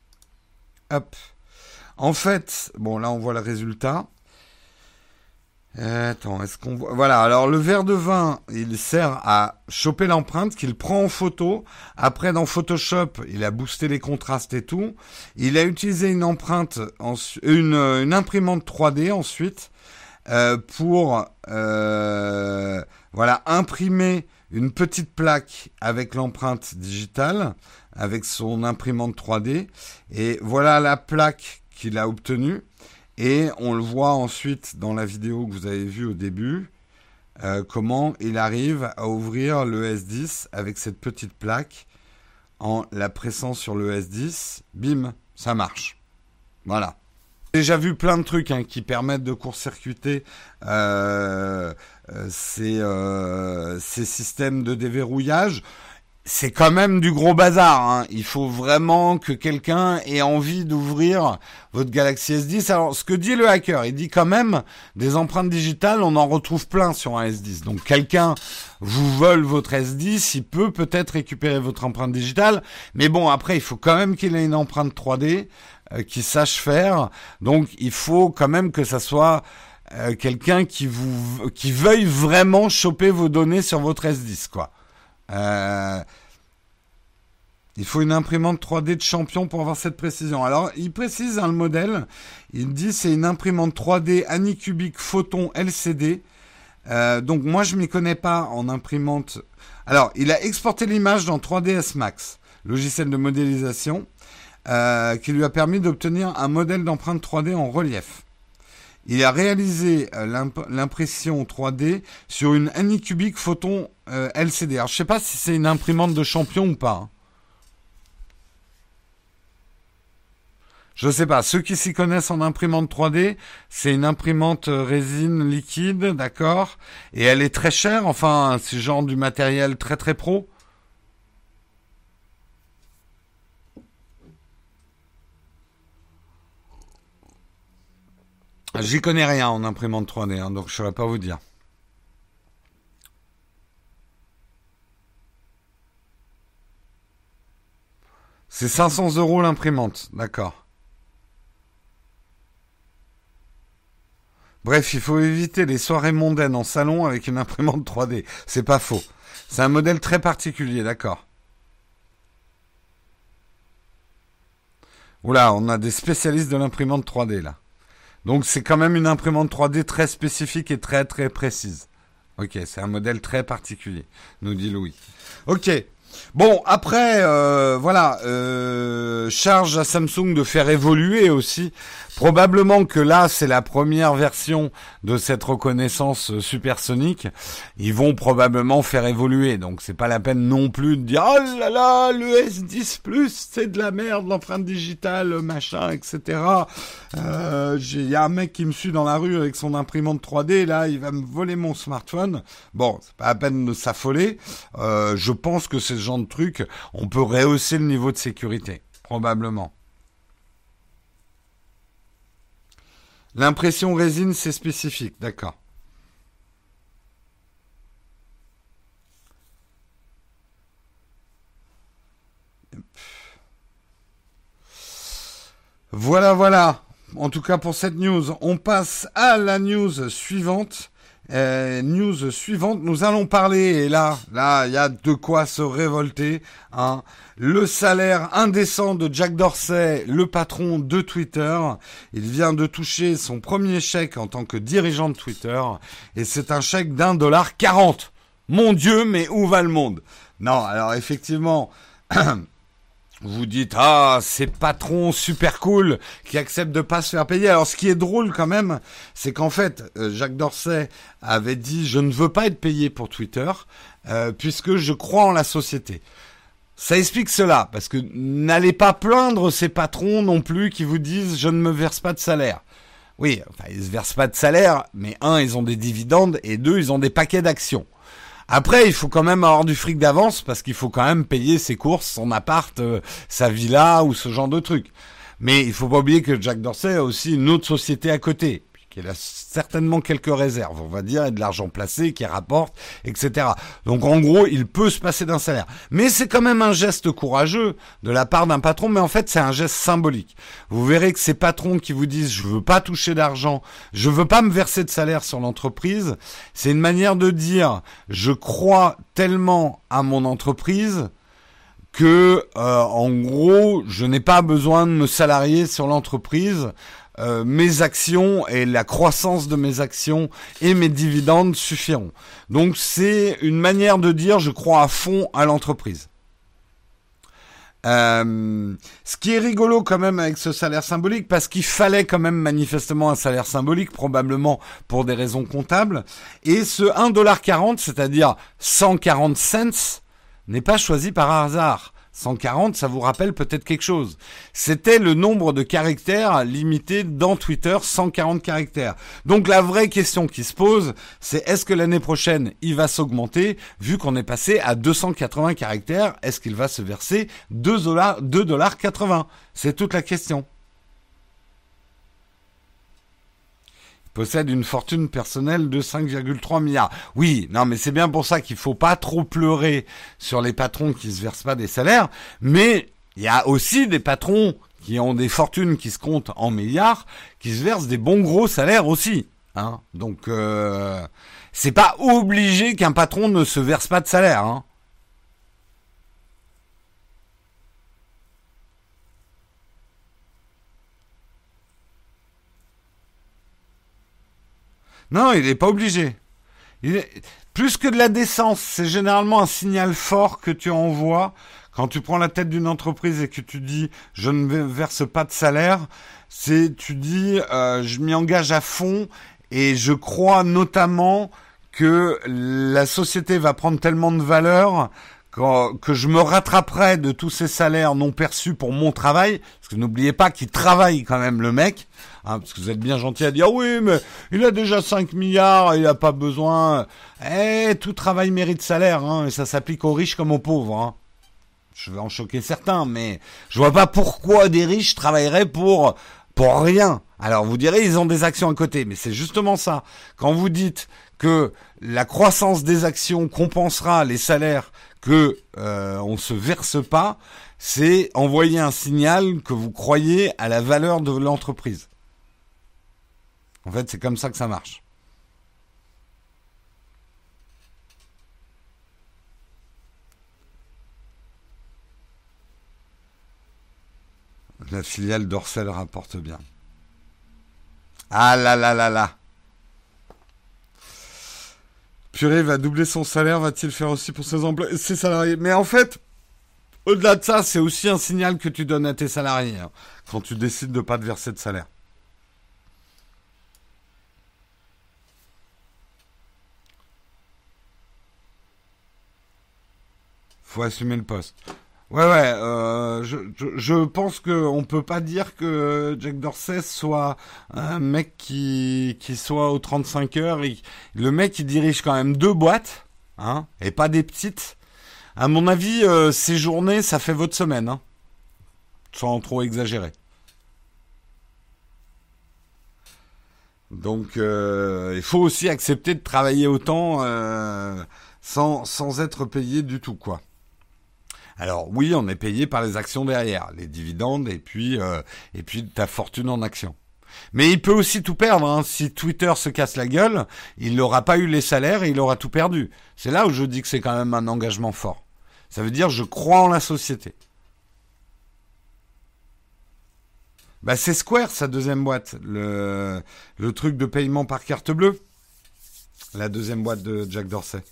Hop. En fait, bon là on voit le résultat. Attends, est-ce qu'on voit... Voilà, alors le verre de vin, il sert à choper l'empreinte qu'il prend en photo. Après, dans Photoshop, il a boosté les contrastes et tout. Il a utilisé une empreinte, une imprimante 3D ensuite, pour voilà, imprimer une petite plaque avec l'empreinte digitale, avec son imprimante 3D. Et voilà la plaque qu'il a obtenue. Et on le voit ensuite dans la vidéo que vous avez vue au début, comment il arrive à ouvrir le S10 avec cette petite plaque en la pressant sur le S10. Bim, ça marche. Voilà. J'ai déjà vu plein de trucs qui permettent de court-circuiter ces systèmes de déverrouillage. C'est quand même du gros bazar. Il faut vraiment que quelqu'un ait envie d'ouvrir votre Galaxy S10. Alors, ce que dit le hacker, il dit quand même des empreintes digitales, on en retrouve plein sur un S10. Donc, quelqu'un vous vole votre S10, il peut peut-être récupérer votre empreinte digitale. Mais bon, après, il faut quand même qu'il ait une empreinte 3D qu'il sache faire. Donc, il faut quand même que ça soit quelqu'un qui veuille vraiment choper vos données sur votre S10, quoi. Il faut une imprimante 3D de champion pour avoir cette précision. Alors, il précise le modèle. Il dit c'est une imprimante 3D Anycubic Photon LCD. Donc, moi, je m'y connais pas en imprimante. Alors, il a exporté l'image dans 3ds Max, logiciel de modélisation, qui lui a permis d'obtenir un modèle d'empreinte 3D en relief. Il a réalisé l'impression 3D sur une Anycubic Photon LCD. Alors, je sais pas si c'est une imprimante de champion ou pas. Je sais pas. Ceux qui s'y connaissent en imprimante 3D, c'est une imprimante résine liquide, d'accord. Et elle est très chère. Enfin, c'est genre du matériel très très pro. J'y connais rien en imprimante 3D, donc je ne saurais pas vous dire. C'est 500 € l'imprimante, d'accord. Bref, il faut éviter les soirées mondaines en salon avec une imprimante 3D. C'est pas faux. C'est un modèle très particulier, d'accord. Oula, on a des spécialistes de l'imprimante 3D là. Donc c'est quand même une imprimante 3D très spécifique et très très précise. Ok, c'est un modèle très particulier, nous dit Louis. Ok. Bon, après, voilà, charge à Samsung de faire évoluer aussi. Probablement que là, c'est la première version de cette reconnaissance supersonique. Ils vont probablement faire évoluer. Donc, c'est pas la peine non plus de dire « Oh là là, le S10 Plus, c'est de la merde, l'empreinte digitale, machin, etc. » Il y a un mec qui me suit dans la rue avec son imprimante 3D, là, il va me voler mon smartphone. Bon, c'est pas la peine de s'affoler. Je pense que c'est ce genre de truc, on peut rehausser le niveau de sécurité, probablement. L'impression résine, c'est spécifique, d'accord. Voilà, voilà. En tout cas pour cette news, on passe à la news suivante. Nous allons parler, et là, il y a de quoi se révolter. Le salaire indécent de Jack Dorsey, le patron de Twitter. Il vient de toucher son premier chèque en tant que dirigeant de Twitter, et c'est un chèque d'1,40 $. Mon Dieu, mais où va le monde? Non, alors effectivement... Vous dites, c'est patron super cool qui accepte de pas se faire payer. Alors, ce qui est drôle quand même, c'est qu'en fait, Jack Dorsey avait dit, je ne veux pas être payé pour Twitter, puisque je crois en la société. Ça explique cela, parce que n'allez pas plaindre ces patrons non plus qui vous disent, je ne me verse pas de salaire. Oui, enfin, ils se versent pas de salaire, mais ils ont des dividendes, et ils ont des paquets d'actions. Après, il faut quand même avoir du fric d'avance parce qu'il faut quand même payer ses courses, son appart, sa villa ou ce genre de trucs. Mais il faut pas oublier que Jack Dorsey a aussi une autre société à côté, qu'il a certainement quelques réserves, on va dire, et de l'argent placé qui rapporte, etc. Donc en gros, il peut se passer d'un salaire. Mais c'est quand même un geste courageux de la part d'un patron, mais en fait c'est un geste symbolique. Vous verrez que ces patrons qui vous disent je veux pas toucher d'argent, je veux pas me verser de salaire sur l'entreprise, c'est une manière de dire je crois tellement à mon entreprise que en gros je n'ai pas besoin de me salarier sur l'entreprise. Mes actions et la croissance de mes actions et mes dividendes suffiront. Donc c'est une manière de dire je crois à fond à l'entreprise. Ce qui est rigolo quand même avec ce salaire symbolique, parce qu'il fallait quand même manifestement un salaire symbolique, probablement pour des raisons comptables, et ce 1,40$, c'est-à-dire 140 cents, n'est pas choisi par hasard. 140, ça vous rappelle peut-être quelque chose. C'était le nombre de caractères limité dans Twitter, 140 caractères. Donc la vraie question qui se pose, c'est est-ce que l'année prochaine, il va s'augmenter, vu qu'on est passé à 280 caractères, est-ce qu'il va se verser 2,80$? C'est toute la question. Possède une fortune personnelle de 5,3 milliards. Oui, non, mais c'est bien pour ça qu'il faut pas trop pleurer sur les patrons qui se versent pas des salaires, mais il y a aussi des patrons qui ont des fortunes qui se comptent en milliards, qui se versent des bons gros salaires aussi, hein. Donc c'est pas obligé qu'un patron ne se verse pas de salaire, hein. Non, il n'est pas obligé. Plus que de la décence, c'est généralement un signal fort que tu envoies quand tu prends la tête d'une entreprise et que tu dis je ne verse pas de salaire. Tu dis je m'y engage à fond et je crois notamment que la société va prendre tellement de valeur que je me rattraperai de tous ces salaires non perçus pour mon travail, parce que n'oubliez pas qu'il travaille quand même le mec, hein, parce que vous êtes bien gentil à dire oui mais il a déjà 5 milliards, il n'a pas besoin. Tout travail mérite salaire, hein, et ça s'applique aux riches comme aux pauvres, hein. Je vais en choquer certains, mais je vois pas pourquoi des riches travailleraient pour rien. Alors vous direz ils ont des actions à côté, mais c'est justement ça. Quand vous dites que la croissance des actions compensera les salaires que on se verse pas, c'est envoyer un signal que vous croyez à la valeur de l'entreprise. En fait, c'est comme ça que ça marche. La filiale d'Orcel rapporte bien. Ah là là là là. Purée va doubler son salaire, va-t-il faire aussi pour ses salariés? Mais en fait, au-delà de ça, c'est aussi un signal que tu donnes à tes salariés, hein, quand tu décides de pas te verser de salaire. Faut assumer le poste. Ouais, je pense qu'on peut pas dire que Jack Dorsey soit un mec qui soit aux 35 heures. Le mec, il dirige quand même 2 boîtes, hein, et pas des petites. À mon avis, ces journées, ça fait votre semaine, hein, sans trop exagérer. Donc, il faut aussi accepter de travailler autant sans être payé du tout, quoi. Alors oui, on est payé par les actions derrière, les dividendes et puis ta fortune en actions. Mais il peut aussi tout perdre, hein. Si Twitter se casse la gueule, il n'aura pas eu les salaires et il aura tout perdu. C'est là où je dis que c'est quand même un engagement fort. Ça veut dire je crois en la société. Bah c'est Square, sa deuxième boîte, le truc de paiement par carte bleue, la deuxième boîte de Jack Dorsey.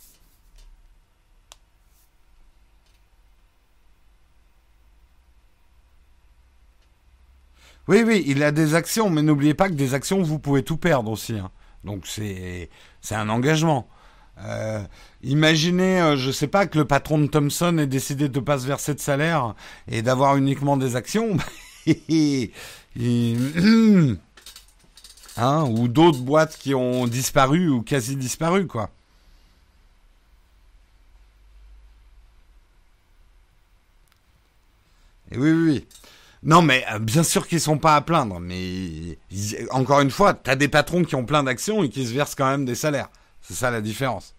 Oui, oui, il a des actions, mais n'oubliez pas que des actions, vous pouvez tout perdre aussi, hein. Donc c'est un engagement. Euh, Imaginez, je sais pas, que le patron de Thomson ait décidé de ne pas se verser de salaire et d'avoir uniquement des actions, hein, ou d'autres boîtes qui ont disparu ou quasi disparu, quoi. Et oui, oui, oui. Non, mais bien sûr qu'ils sont pas à plaindre, mais encore une fois, t'as des patrons qui ont plein d'actions et qui se versent quand même des salaires. C'est ça la différence.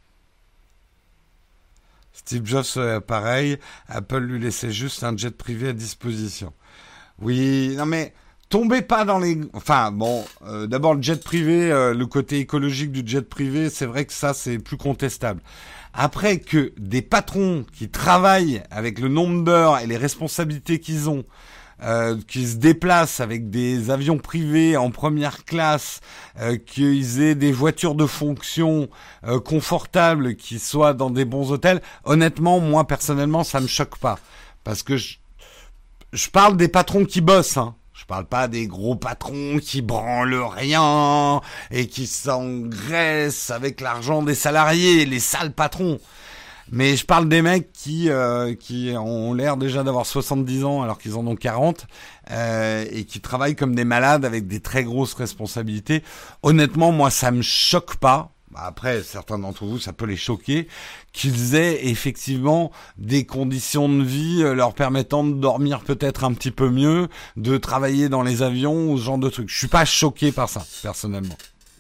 Steve Jobs, pareil, Apple lui laissait juste un jet privé à disposition. Oui, non mais tombez pas dans les... Enfin bon, d'abord le jet privé, le côté écologique du jet privé, c'est vrai que ça c'est plus contestable. Après que des patrons qui travaillent avec le nombre d'heures et les responsabilités qu'ils ont, qui se déplacent avec des avions privés en première classe, qu'ils aient des voitures de fonction confortables, qui soient dans des bons hôtels, honnêtement, moi personnellement, ça me choque pas. Parce que je parle des patrons qui bossent, hein. Je parle pas des gros patrons qui branlent rien et qui s'engraissent avec l'argent des salariés, les sales patrons. Mais je parle des mecs qui ont l'air déjà d'avoir 70 ans alors qu'ils en ont 40 et qui travaillent comme des malades avec des très grosses responsabilités. Honnêtement, moi, ça me choque pas. Après, certains d'entre vous, ça peut les choquer, qu'ils aient effectivement des conditions de vie leur permettant de dormir peut-être un petit peu mieux, de travailler dans les avions ou ce genre de trucs. Je suis pas choqué par ça, personnellement.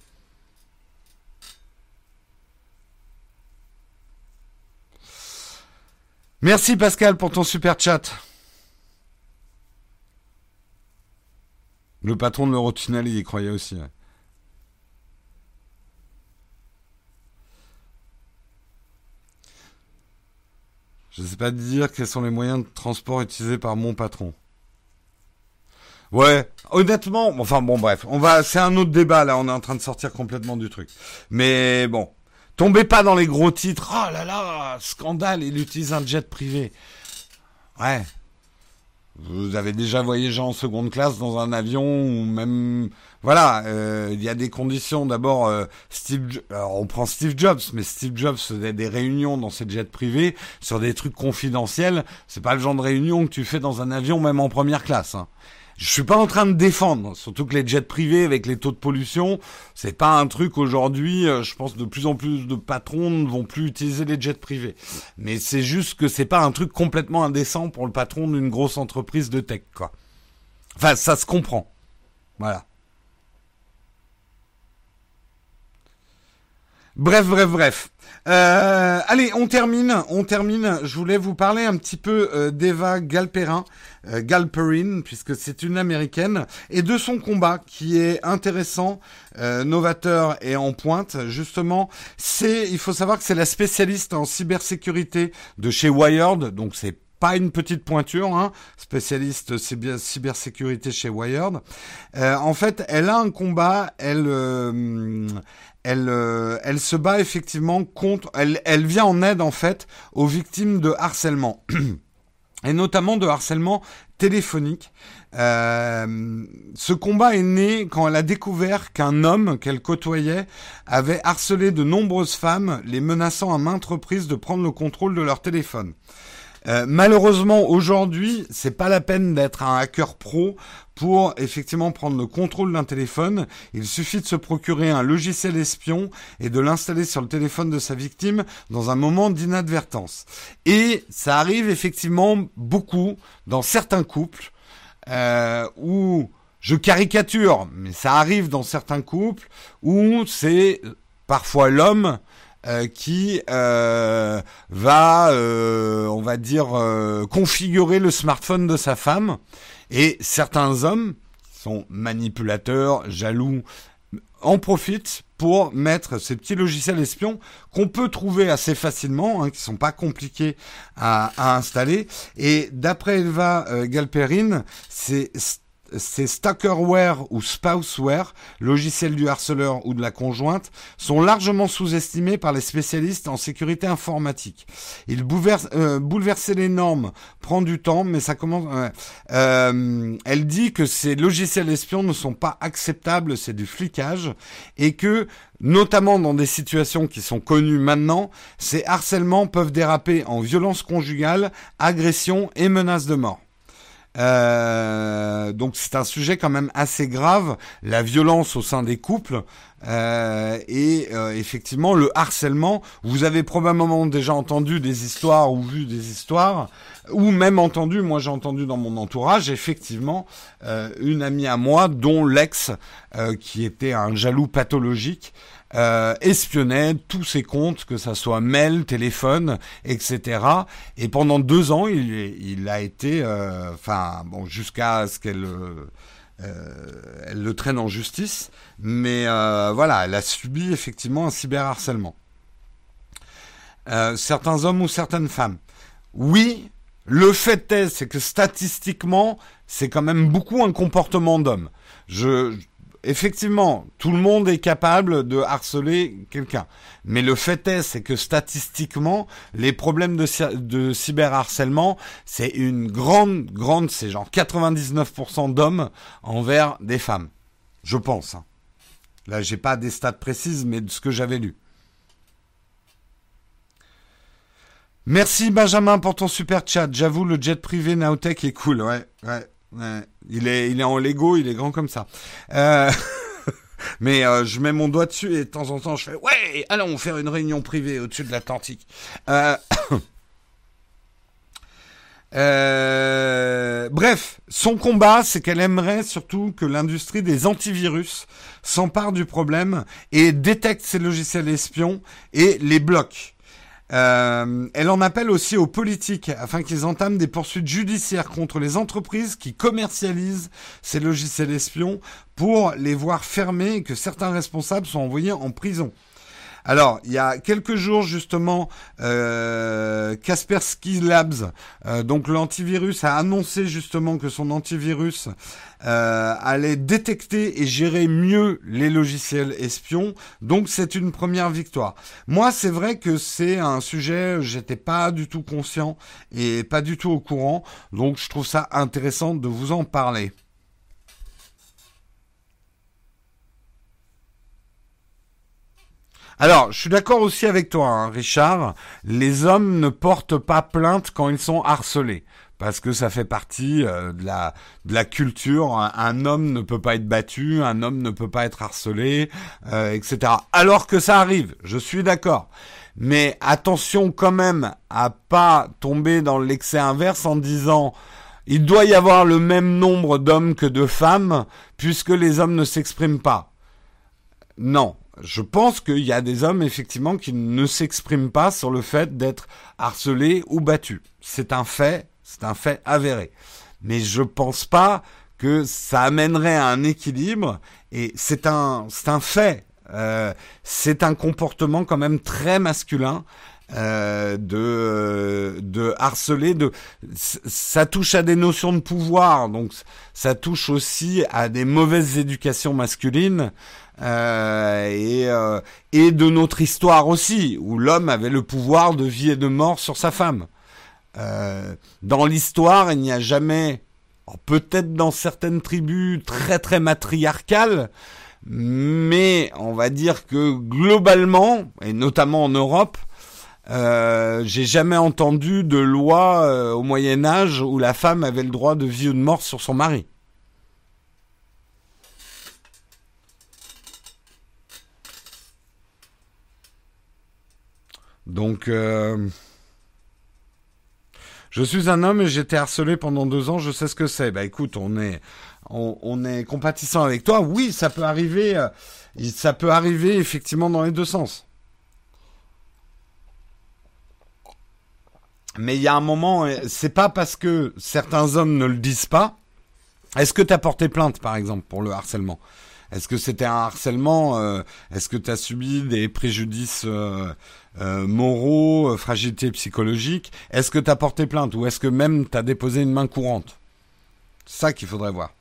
Merci Pascal pour ton super chat. Le patron de l'Eurotunnel, il y croyait aussi. Ouais. Je ne sais pas dire quels sont les moyens de transport utilisés par mon patron. Ouais, honnêtement, enfin bon bref, c'est un autre débat là, on est en train de sortir complètement du truc. Mais bon, tombez pas dans les gros titres. Oh là là, scandale, il utilise un jet privé. Ouais. Vous avez déjà voyagé en seconde classe dans un avion ou même... Voilà, il y a des conditions. D'abord, alors on prend Steve Jobs, mais Steve Jobs faisait des réunions dans ses jets privés sur des trucs confidentiels. C'est pas le genre de réunion que tu fais dans un avion, même en première classe. Hein. Je suis pas en train de défendre, surtout que les jets privés avec les taux de pollution, c'est pas un truc aujourd'hui, je pense de plus en plus de patrons ne vont plus utiliser les jets privés. Mais c'est juste que c'est pas un truc complètement indécent pour le patron d'une grosse entreprise de tech, quoi. Enfin, ça se comprend. Voilà. Bref. Allez, on termine. Je voulais vous parler un petit peu d'Eva Galperin, puisque c'est une américaine, et de son combat qui est intéressant, novateur et en pointe. Justement, il faut savoir que c'est la spécialiste en cybersécurité de chez Wired, donc c'est pas une petite pointure, hein, spécialiste cybersécurité chez Wired. En fait, elle a un combat, elle se bat effectivement contre... Elle vient en aide, en fait, aux victimes de harcèlement. Et notamment de harcèlement téléphonique. Ce combat est né quand elle a découvert qu'un homme qu'elle côtoyait avait harcelé de nombreuses femmes, les menaçant à maintes reprises de prendre le contrôle de leur téléphone. Malheureusement, aujourd'hui, c'est pas la peine d'être un hacker pro pour effectivement prendre le contrôle d'un téléphone. Il suffit de se procurer un logiciel espion et de l'installer sur le téléphone de sa victime dans un moment d'inadvertance. Et ça arrive effectivement beaucoup dans certains couples où, je caricature, mais ça arrive dans certains couples où c'est parfois l'homme qui va, on va dire, configurer le smartphone de sa femme. Et certains hommes sont manipulateurs, jaloux, en profitent pour mettre ces petits logiciels espions qu'on peut trouver assez facilement, hein, qui sont pas compliqués à installer. Et d'après Eva Galperin, c'est Stalkerware ou Spouseware, logiciels du harceleur ou de la conjointe, sont largement sous-estimés par les spécialistes en sécurité informatique. Bouleverser les normes prend du temps, mais ça commence... elle dit que ces logiciels espions ne sont pas acceptables, c'est du flicage, et que, notamment dans des situations qui sont connues maintenant, ces harcèlements peuvent déraper en violence conjugale, agression et menaces de mort. Donc c'est un sujet quand même assez grave, la violence au sein des couples et effectivement le harcèlement. Vous avez probablement déjà entendu des histoires ou vu des histoires, ou même entendu, moi j'ai entendu dans mon entourage, effectivement, une amie à moi dont l'ex, qui était un jaloux pathologique, espionnait tous ses comptes, que ça soit mail, téléphone, etc. Et pendant 2 ans, il a été, jusqu'à ce qu'elle elle le traîne en justice. Mais voilà, elle a subi effectivement un cyberharcèlement. Certains hommes ou certaines femmes. Oui, le fait est, c'est que statistiquement, c'est quand même beaucoup un comportement d'homme. Effectivement, tout le monde est capable de harceler quelqu'un. Mais le fait est, c'est que statistiquement, les problèmes de cyberharcèlement, c'est une grande, c'est genre 99% d'hommes envers des femmes. Je pense. Là, j'ai pas des stats précises, mais de ce que j'avais lu. Merci Benjamin pour ton super chat. J'avoue, le jet privé Nowtech est cool. Ouais. Il est en Lego, il est grand comme ça. Mais je mets mon doigt dessus et de temps en temps je fais ouais, allons faire une réunion privée au-dessus de l'Atlantique. Bref, son combat, c'est qu'elle aimerait surtout que l'industrie des antivirus s'empare du problème et détecte ces logiciels espions et les bloque. Elle en appelle aussi aux politiques afin qu'ils entament des poursuites judiciaires contre les entreprises qui commercialisent ces logiciels espions pour les voir fermés et que certains responsables soient envoyés en prison. Alors, il y a quelques jours, justement, Kaspersky Labs, donc l'antivirus, a annoncé justement que son antivirus allait détecter et gérer mieux les logiciels espions. Donc, c'est une première victoire. Moi, c'est vrai que c'est un sujet, j'étais pas du tout conscient et pas du tout au courant. Donc, je trouve ça intéressant de vous en parler. Alors, je suis d'accord aussi avec toi, hein, Richard. Les hommes ne portent pas plainte quand ils sont harcelés. Parce que ça fait partie de la culture. Un homme ne peut pas être battu, un homme ne peut pas être harcelé, etc. Alors que ça arrive, je suis d'accord. Mais attention quand même à pas tomber dans l'excès inverse en disant il doit y avoir le même nombre d'hommes que de femmes puisque les hommes ne s'expriment pas. Non. Je pense qu'il y a des hommes, effectivement, qui ne s'expriment pas sur le fait d'être harcelés ou battus. C'est un fait avéré. Mais je pense pas que ça amènerait à un équilibre, et c'est un fait. C'est un comportement quand même très masculin, de harceler, ça touche à des notions de pouvoir, donc ça touche aussi à des mauvaises éducations masculines, et de notre histoire aussi, où l'homme avait le pouvoir de vie et de mort sur sa femme. Dans l'histoire, il n'y a jamais, peut-être dans certaines tribus très très matriarcales, mais on va dire que globalement, et notamment en Europe, j'ai jamais entendu de loi au Moyen-Âge où la femme avait le droit de vie ou de mort sur son mari. Donc, je suis un homme et j'ai été harcelé pendant 2 ans, je sais ce que c'est. Bah écoute, on est compatissant avec toi. Oui, ça peut arriver effectivement dans les deux sens. Mais il y a un moment, c'est pas parce que certains hommes ne le disent pas. Est-ce que tu as porté plainte, par exemple, pour le harcèlement ? Est-ce que c'était un harcèlement Est-ce que tu as subi des préjudices moraux, fragilité psychologique ? Est-ce que tu as porté plainte ou est-ce que même tu as déposé une main courante ? C'est ça qu'il faudrait voir.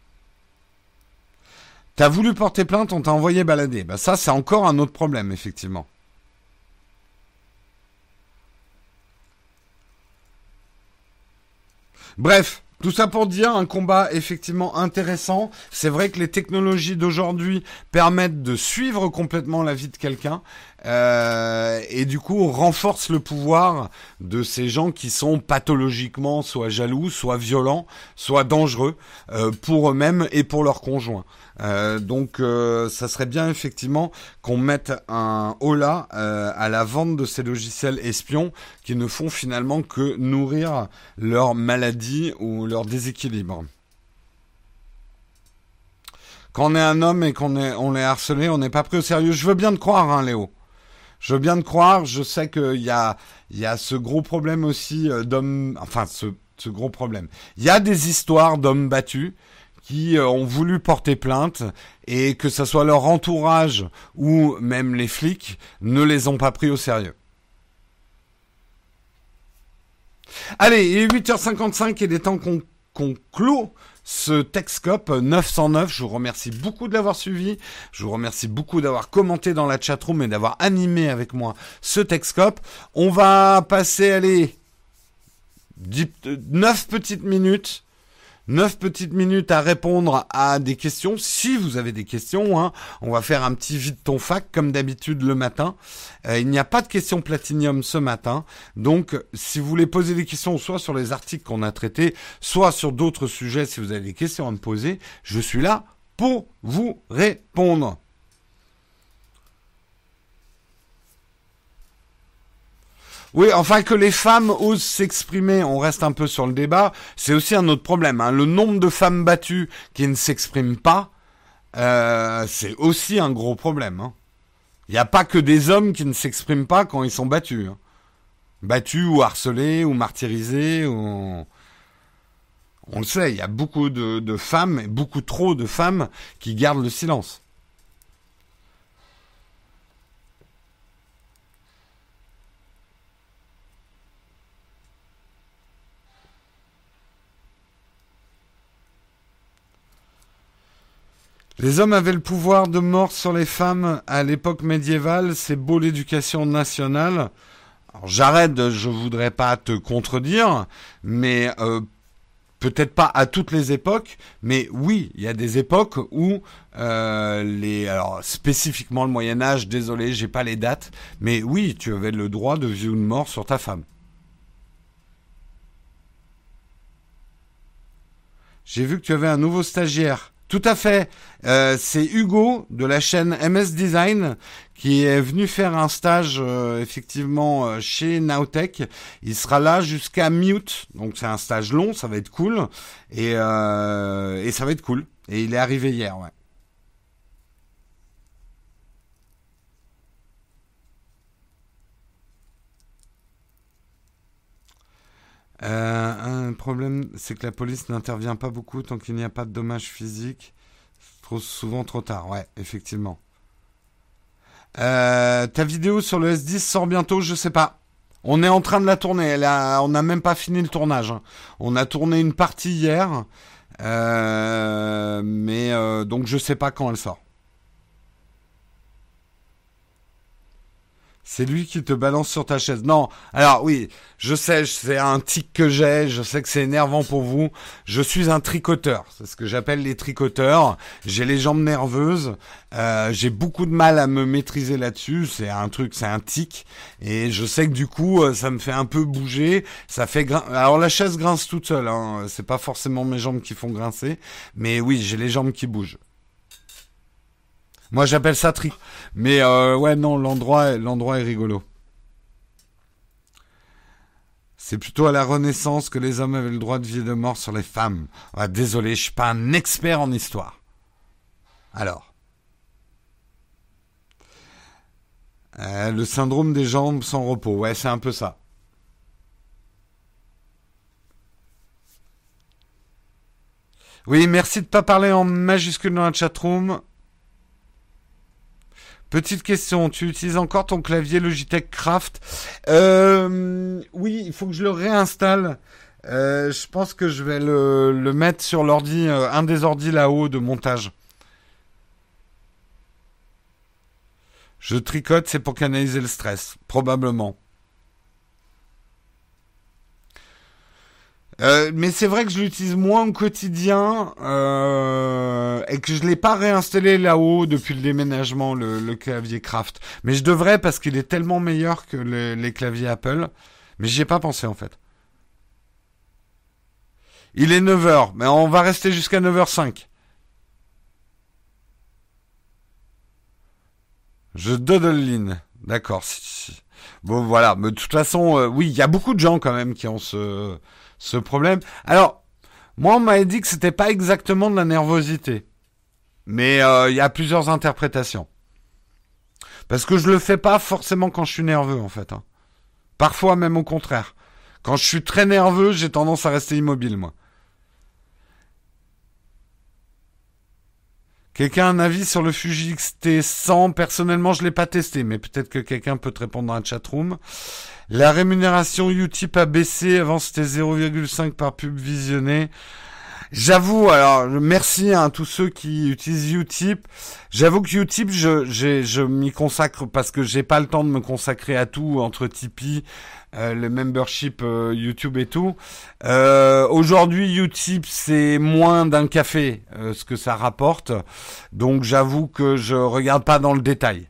T'as voulu porter plainte, on t'a envoyé balader. Bah ça, c'est encore un autre problème, effectivement. Bref, tout ça pour dire un combat effectivement intéressant. C'est vrai que les technologies d'aujourd'hui permettent de suivre complètement la vie de quelqu'un. et du coup on renforce le pouvoir de ces gens qui sont pathologiquement soit jaloux, soit violents, soit dangereux pour eux-mêmes et pour leurs conjoints. Donc ça serait bien effectivement qu'on mette un holà à la vente de ces logiciels espions qui ne font finalement que nourrir leur maladie ou leur déséquilibre. Quand on est un homme et on est harcelé, on n'est pas pris au sérieux. Je veux bien te croire, hein, Léo. Je veux bien te croire. Je sais qu'il y a ce gros problème aussi d'hommes. Enfin, ce gros problème. Il y a des histoires d'hommes battus qui ont voulu porter plainte et que ce soit leur entourage ou même les flics ne les ont pas pris au sérieux. Allez, il est 8h55 et il est temps qu'on clôt ce Techscope 909. Je vous remercie beaucoup de l'avoir suivi. Je vous remercie beaucoup d'avoir commenté dans la chatroom et d'avoir animé avec moi ce Techscope. On va passer, allez, 9 petites minutes. 9 petites minutes à répondre à des questions. Si vous avez des questions, hein, on va faire un petit vide ton fac comme d'habitude le matin. Il n'y a pas de questions platinium ce matin. Donc, si vous voulez poser des questions soit sur les articles qu'on a traités, soit sur d'autres sujets, si vous avez des questions à me poser, je suis là pour vous répondre. Oui, enfin que les femmes osent s'exprimer, on reste un peu sur le débat, c'est aussi un autre problème. Hein. Le nombre de femmes battues qui ne s'expriment pas, c'est aussi un gros problème. Hein. Il n'y a pas que des hommes qui ne s'expriment pas quand ils sont battus. Hein. Battus ou harcelés ou martyrisés. On le sait, il y a beaucoup de femmes, et beaucoup trop de femmes qui gardent le silence. Les hommes avaient le pouvoir de mort sur les femmes à l'époque médiévale, c'est beau l'éducation nationale. Alors j'arrête, je voudrais pas te contredire, mais peut-être pas à toutes les époques, mais oui, il y a des époques où alors spécifiquement le Moyen-Âge, désolé, j'ai pas les dates, mais oui, tu avais le droit de vie ou de mort sur ta femme. J'ai vu que tu avais un nouveau stagiaire. Tout à fait. C'est Hugo de la chaîne MS Design qui est venu faire un stage effectivement chez Nowtech. Il sera là jusqu'à mi-août. Donc c'est un stage long, ça va être cool. Et ça va être cool. Et il est arrivé hier, ouais. Un problème, c'est que la police n'intervient pas beaucoup tant qu'il n'y a pas de dommages physiques. Trop souvent trop tard, ouais, effectivement. Ta vidéo sur le S10 sort bientôt, je sais pas. On est en train de la tourner. On n'a même pas fini le tournage. Hein. On a tourné une partie hier, mais donc je sais pas quand elle sort. C'est lui qui te balance sur ta chaise. Non, alors oui, je sais, c'est un tic que j'ai, je sais que c'est énervant pour vous. Je suis un tricoteur, c'est ce que j'appelle les tricoteurs. J'ai les jambes nerveuses, j'ai beaucoup de mal à me maîtriser là-dessus. C'est un truc, c'est un tic. Et je sais que du coup, ça me fait un peu bouger. Ça fait Alors la chaise grince toute seule, hein. C'est pas forcément mes jambes qui font grincer. Mais oui, j'ai les jambes qui bougent. Moi, j'appelle ça tri. Mais ouais, non, l'endroit est rigolo. C'est plutôt à la Renaissance que les hommes avaient le droit de vie et de mort sur les femmes. Ouais, désolé, je suis pas un expert en histoire. Alors. Le syndrome des jambes sans repos. Ouais, c'est un peu ça. Oui, merci de pas parler en majuscule dans la chatroom. Petite question, tu utilises encore ton clavier Logitech Craft? Oui, il faut que je le réinstalle. Je pense que je vais le mettre sur l'ordi, un des ordis là-haut de montage. Je tricote, c'est pour canaliser le stress, probablement. Mais c'est vrai que je l'utilise moins au quotidien et que je l'ai pas réinstallé là-haut depuis le déménagement, le clavier Craft. Mais je devrais parce qu'il est tellement meilleur que les claviers Apple. Mais j'y ai pas pensé en fait. Il est 9h, mais on va rester jusqu'à 9h05. Je dodeline. D'accord. Bon voilà, mais de toute façon, oui, il y a beaucoup de gens quand même qui ont ce problème. Alors, moi on m'avait dit que c'était pas exactement de la nervosité. Mais il y a plusieurs interprétations. Parce que je le fais pas forcément quand je suis nerveux en fait. Hein. Parfois même au contraire. Quand je suis très nerveux, j'ai tendance à rester immobile moi. Quelqu'un a un avis sur le Fuji X-T100? Personnellement, je l'ai pas testé, mais peut-être que quelqu'un peut te répondre dans la chatroom. La rémunération Utip a baissé. Avant, c'était 0,5 par pub visionnée. J'avoue, alors merci à tous ceux qui utilisent Utip. J'avoue que Utip, je m'y consacre parce que j'ai pas le temps de me consacrer à tout entre Tipeee, le membership YouTube et tout. Aujourd'hui, Utip c'est moins d'un café ce que ça rapporte, donc j'avoue que je regarde pas dans le détail.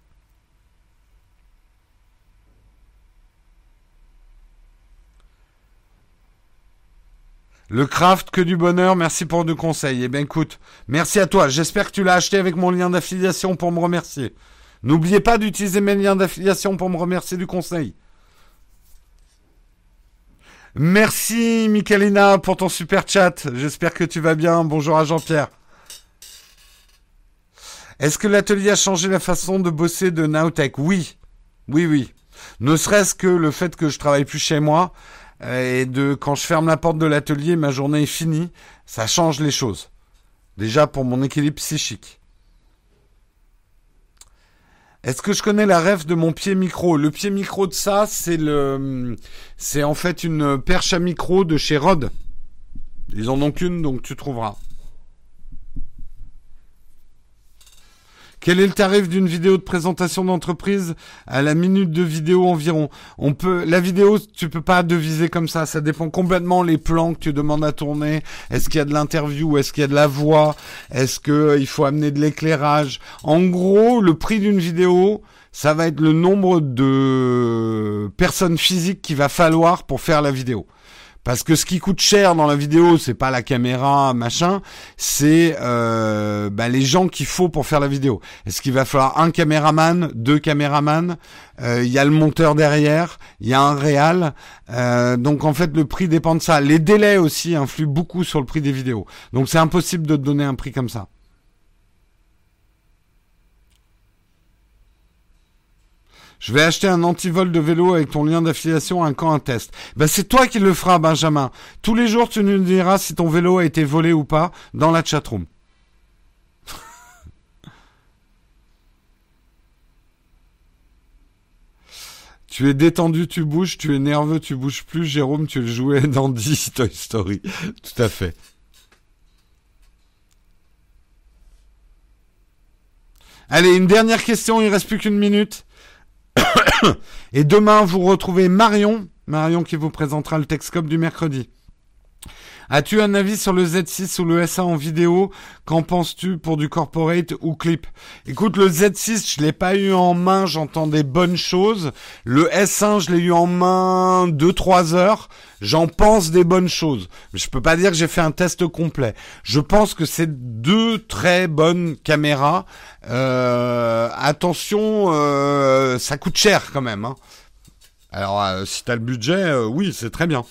Le craft, que du bonheur, merci pour le conseil. Eh bien écoute, merci à toi. J'espère que tu l'as acheté avec mon lien d'affiliation pour me remercier. N'oubliez pas d'utiliser mes liens d'affiliation pour me remercier du conseil. Merci Michalina pour ton super chat. J'espère que tu vas bien. Bonjour à Jean-Pierre. Est-ce que l'atelier a changé la façon de bosser de Nowtech? Oui. Oui, oui. Ne serait-ce que le fait que je travaille plus chez moi et quand je ferme la porte de l'atelier, ma journée est finie. Ça change les choses. Déjà pour mon équilibre psychique. Est-ce que je connais la ref de mon pied micro? Le pied micro de ça, c'est en fait une perche à micro de chez Rode. Ils en ont qu'une, donc tu trouveras. Quel est le tarif d'une vidéo de présentation d'entreprise à la minute de vidéo environ? La vidéo, tu peux pas deviser comme ça. Ça dépend complètement les plans que tu demandes à tourner. Est-ce qu'il y a de l'interview? Est-ce qu'il y a de la voix? Est-ce que il faut amener de l'éclairage? En gros, le prix d'une vidéo, ça va être le nombre de personnes physiques qu'il va falloir pour faire la vidéo. Parce que ce qui coûte cher dans la vidéo, c'est pas la caméra, machin, c'est les gens qu'il faut pour faire la vidéo. Est-ce qu'il va falloir un caméraman, deux caméramans, il y a le monteur derrière, il y a un réal, donc en fait le prix dépend de ça. Les délais aussi influent beaucoup sur le prix des vidéos. Donc c'est impossible de te donner un prix comme ça. Je vais acheter un antivol de vélo avec ton lien d'affiliation, un test. Ben, c'est toi qui le feras, Benjamin. Tous les jours, tu nous diras si ton vélo a été volé ou pas dans la chatroom. Tu es détendu, tu bouges. Tu es nerveux, tu bouges plus. Jérôme, tu le jouais dans 10 Toy Story. Tout à fait. Allez, une dernière question. Il reste plus qu'une minute. Et demain, vous retrouvez Marion qui vous présentera le Texcope du mercredi. As-tu un avis sur le Z6 ou le S1 en vidéo? Qu'en penses-tu pour du corporate ou clip? Écoute, le Z6, je l'ai pas eu en main, j'entends des bonnes choses. Le S1, je l'ai eu en main 2-3 heures. J'en pense des bonnes choses. Mais je peux pas dire que j'ai fait un test complet. Je pense que c'est deux très bonnes caméras. Attention, ça coûte cher quand même. Hein. Alors, si t'as le budget, oui, c'est très bien.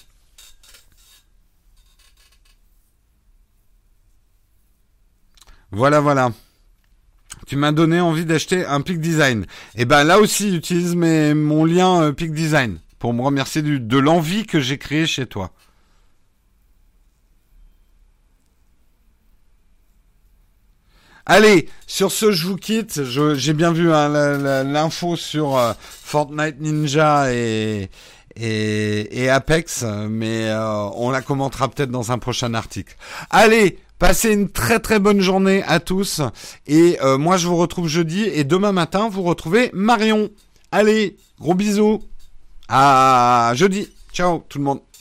Voilà. Tu m'as donné envie d'acheter un Peak Design. Et ben là aussi, utilise mon lien Peak Design pour me remercier de l'envie que j'ai créée chez toi. Allez, sur ce, je vous quitte. J'ai bien vu l'info sur Fortnite Ninja et Apex, mais on la commentera peut-être dans un prochain article. Allez, passez une très très bonne journée à tous. Et moi, je vous retrouve jeudi. Et demain matin, vous retrouvez Marion. Allez, gros bisous. À jeudi. Ciao tout le monde.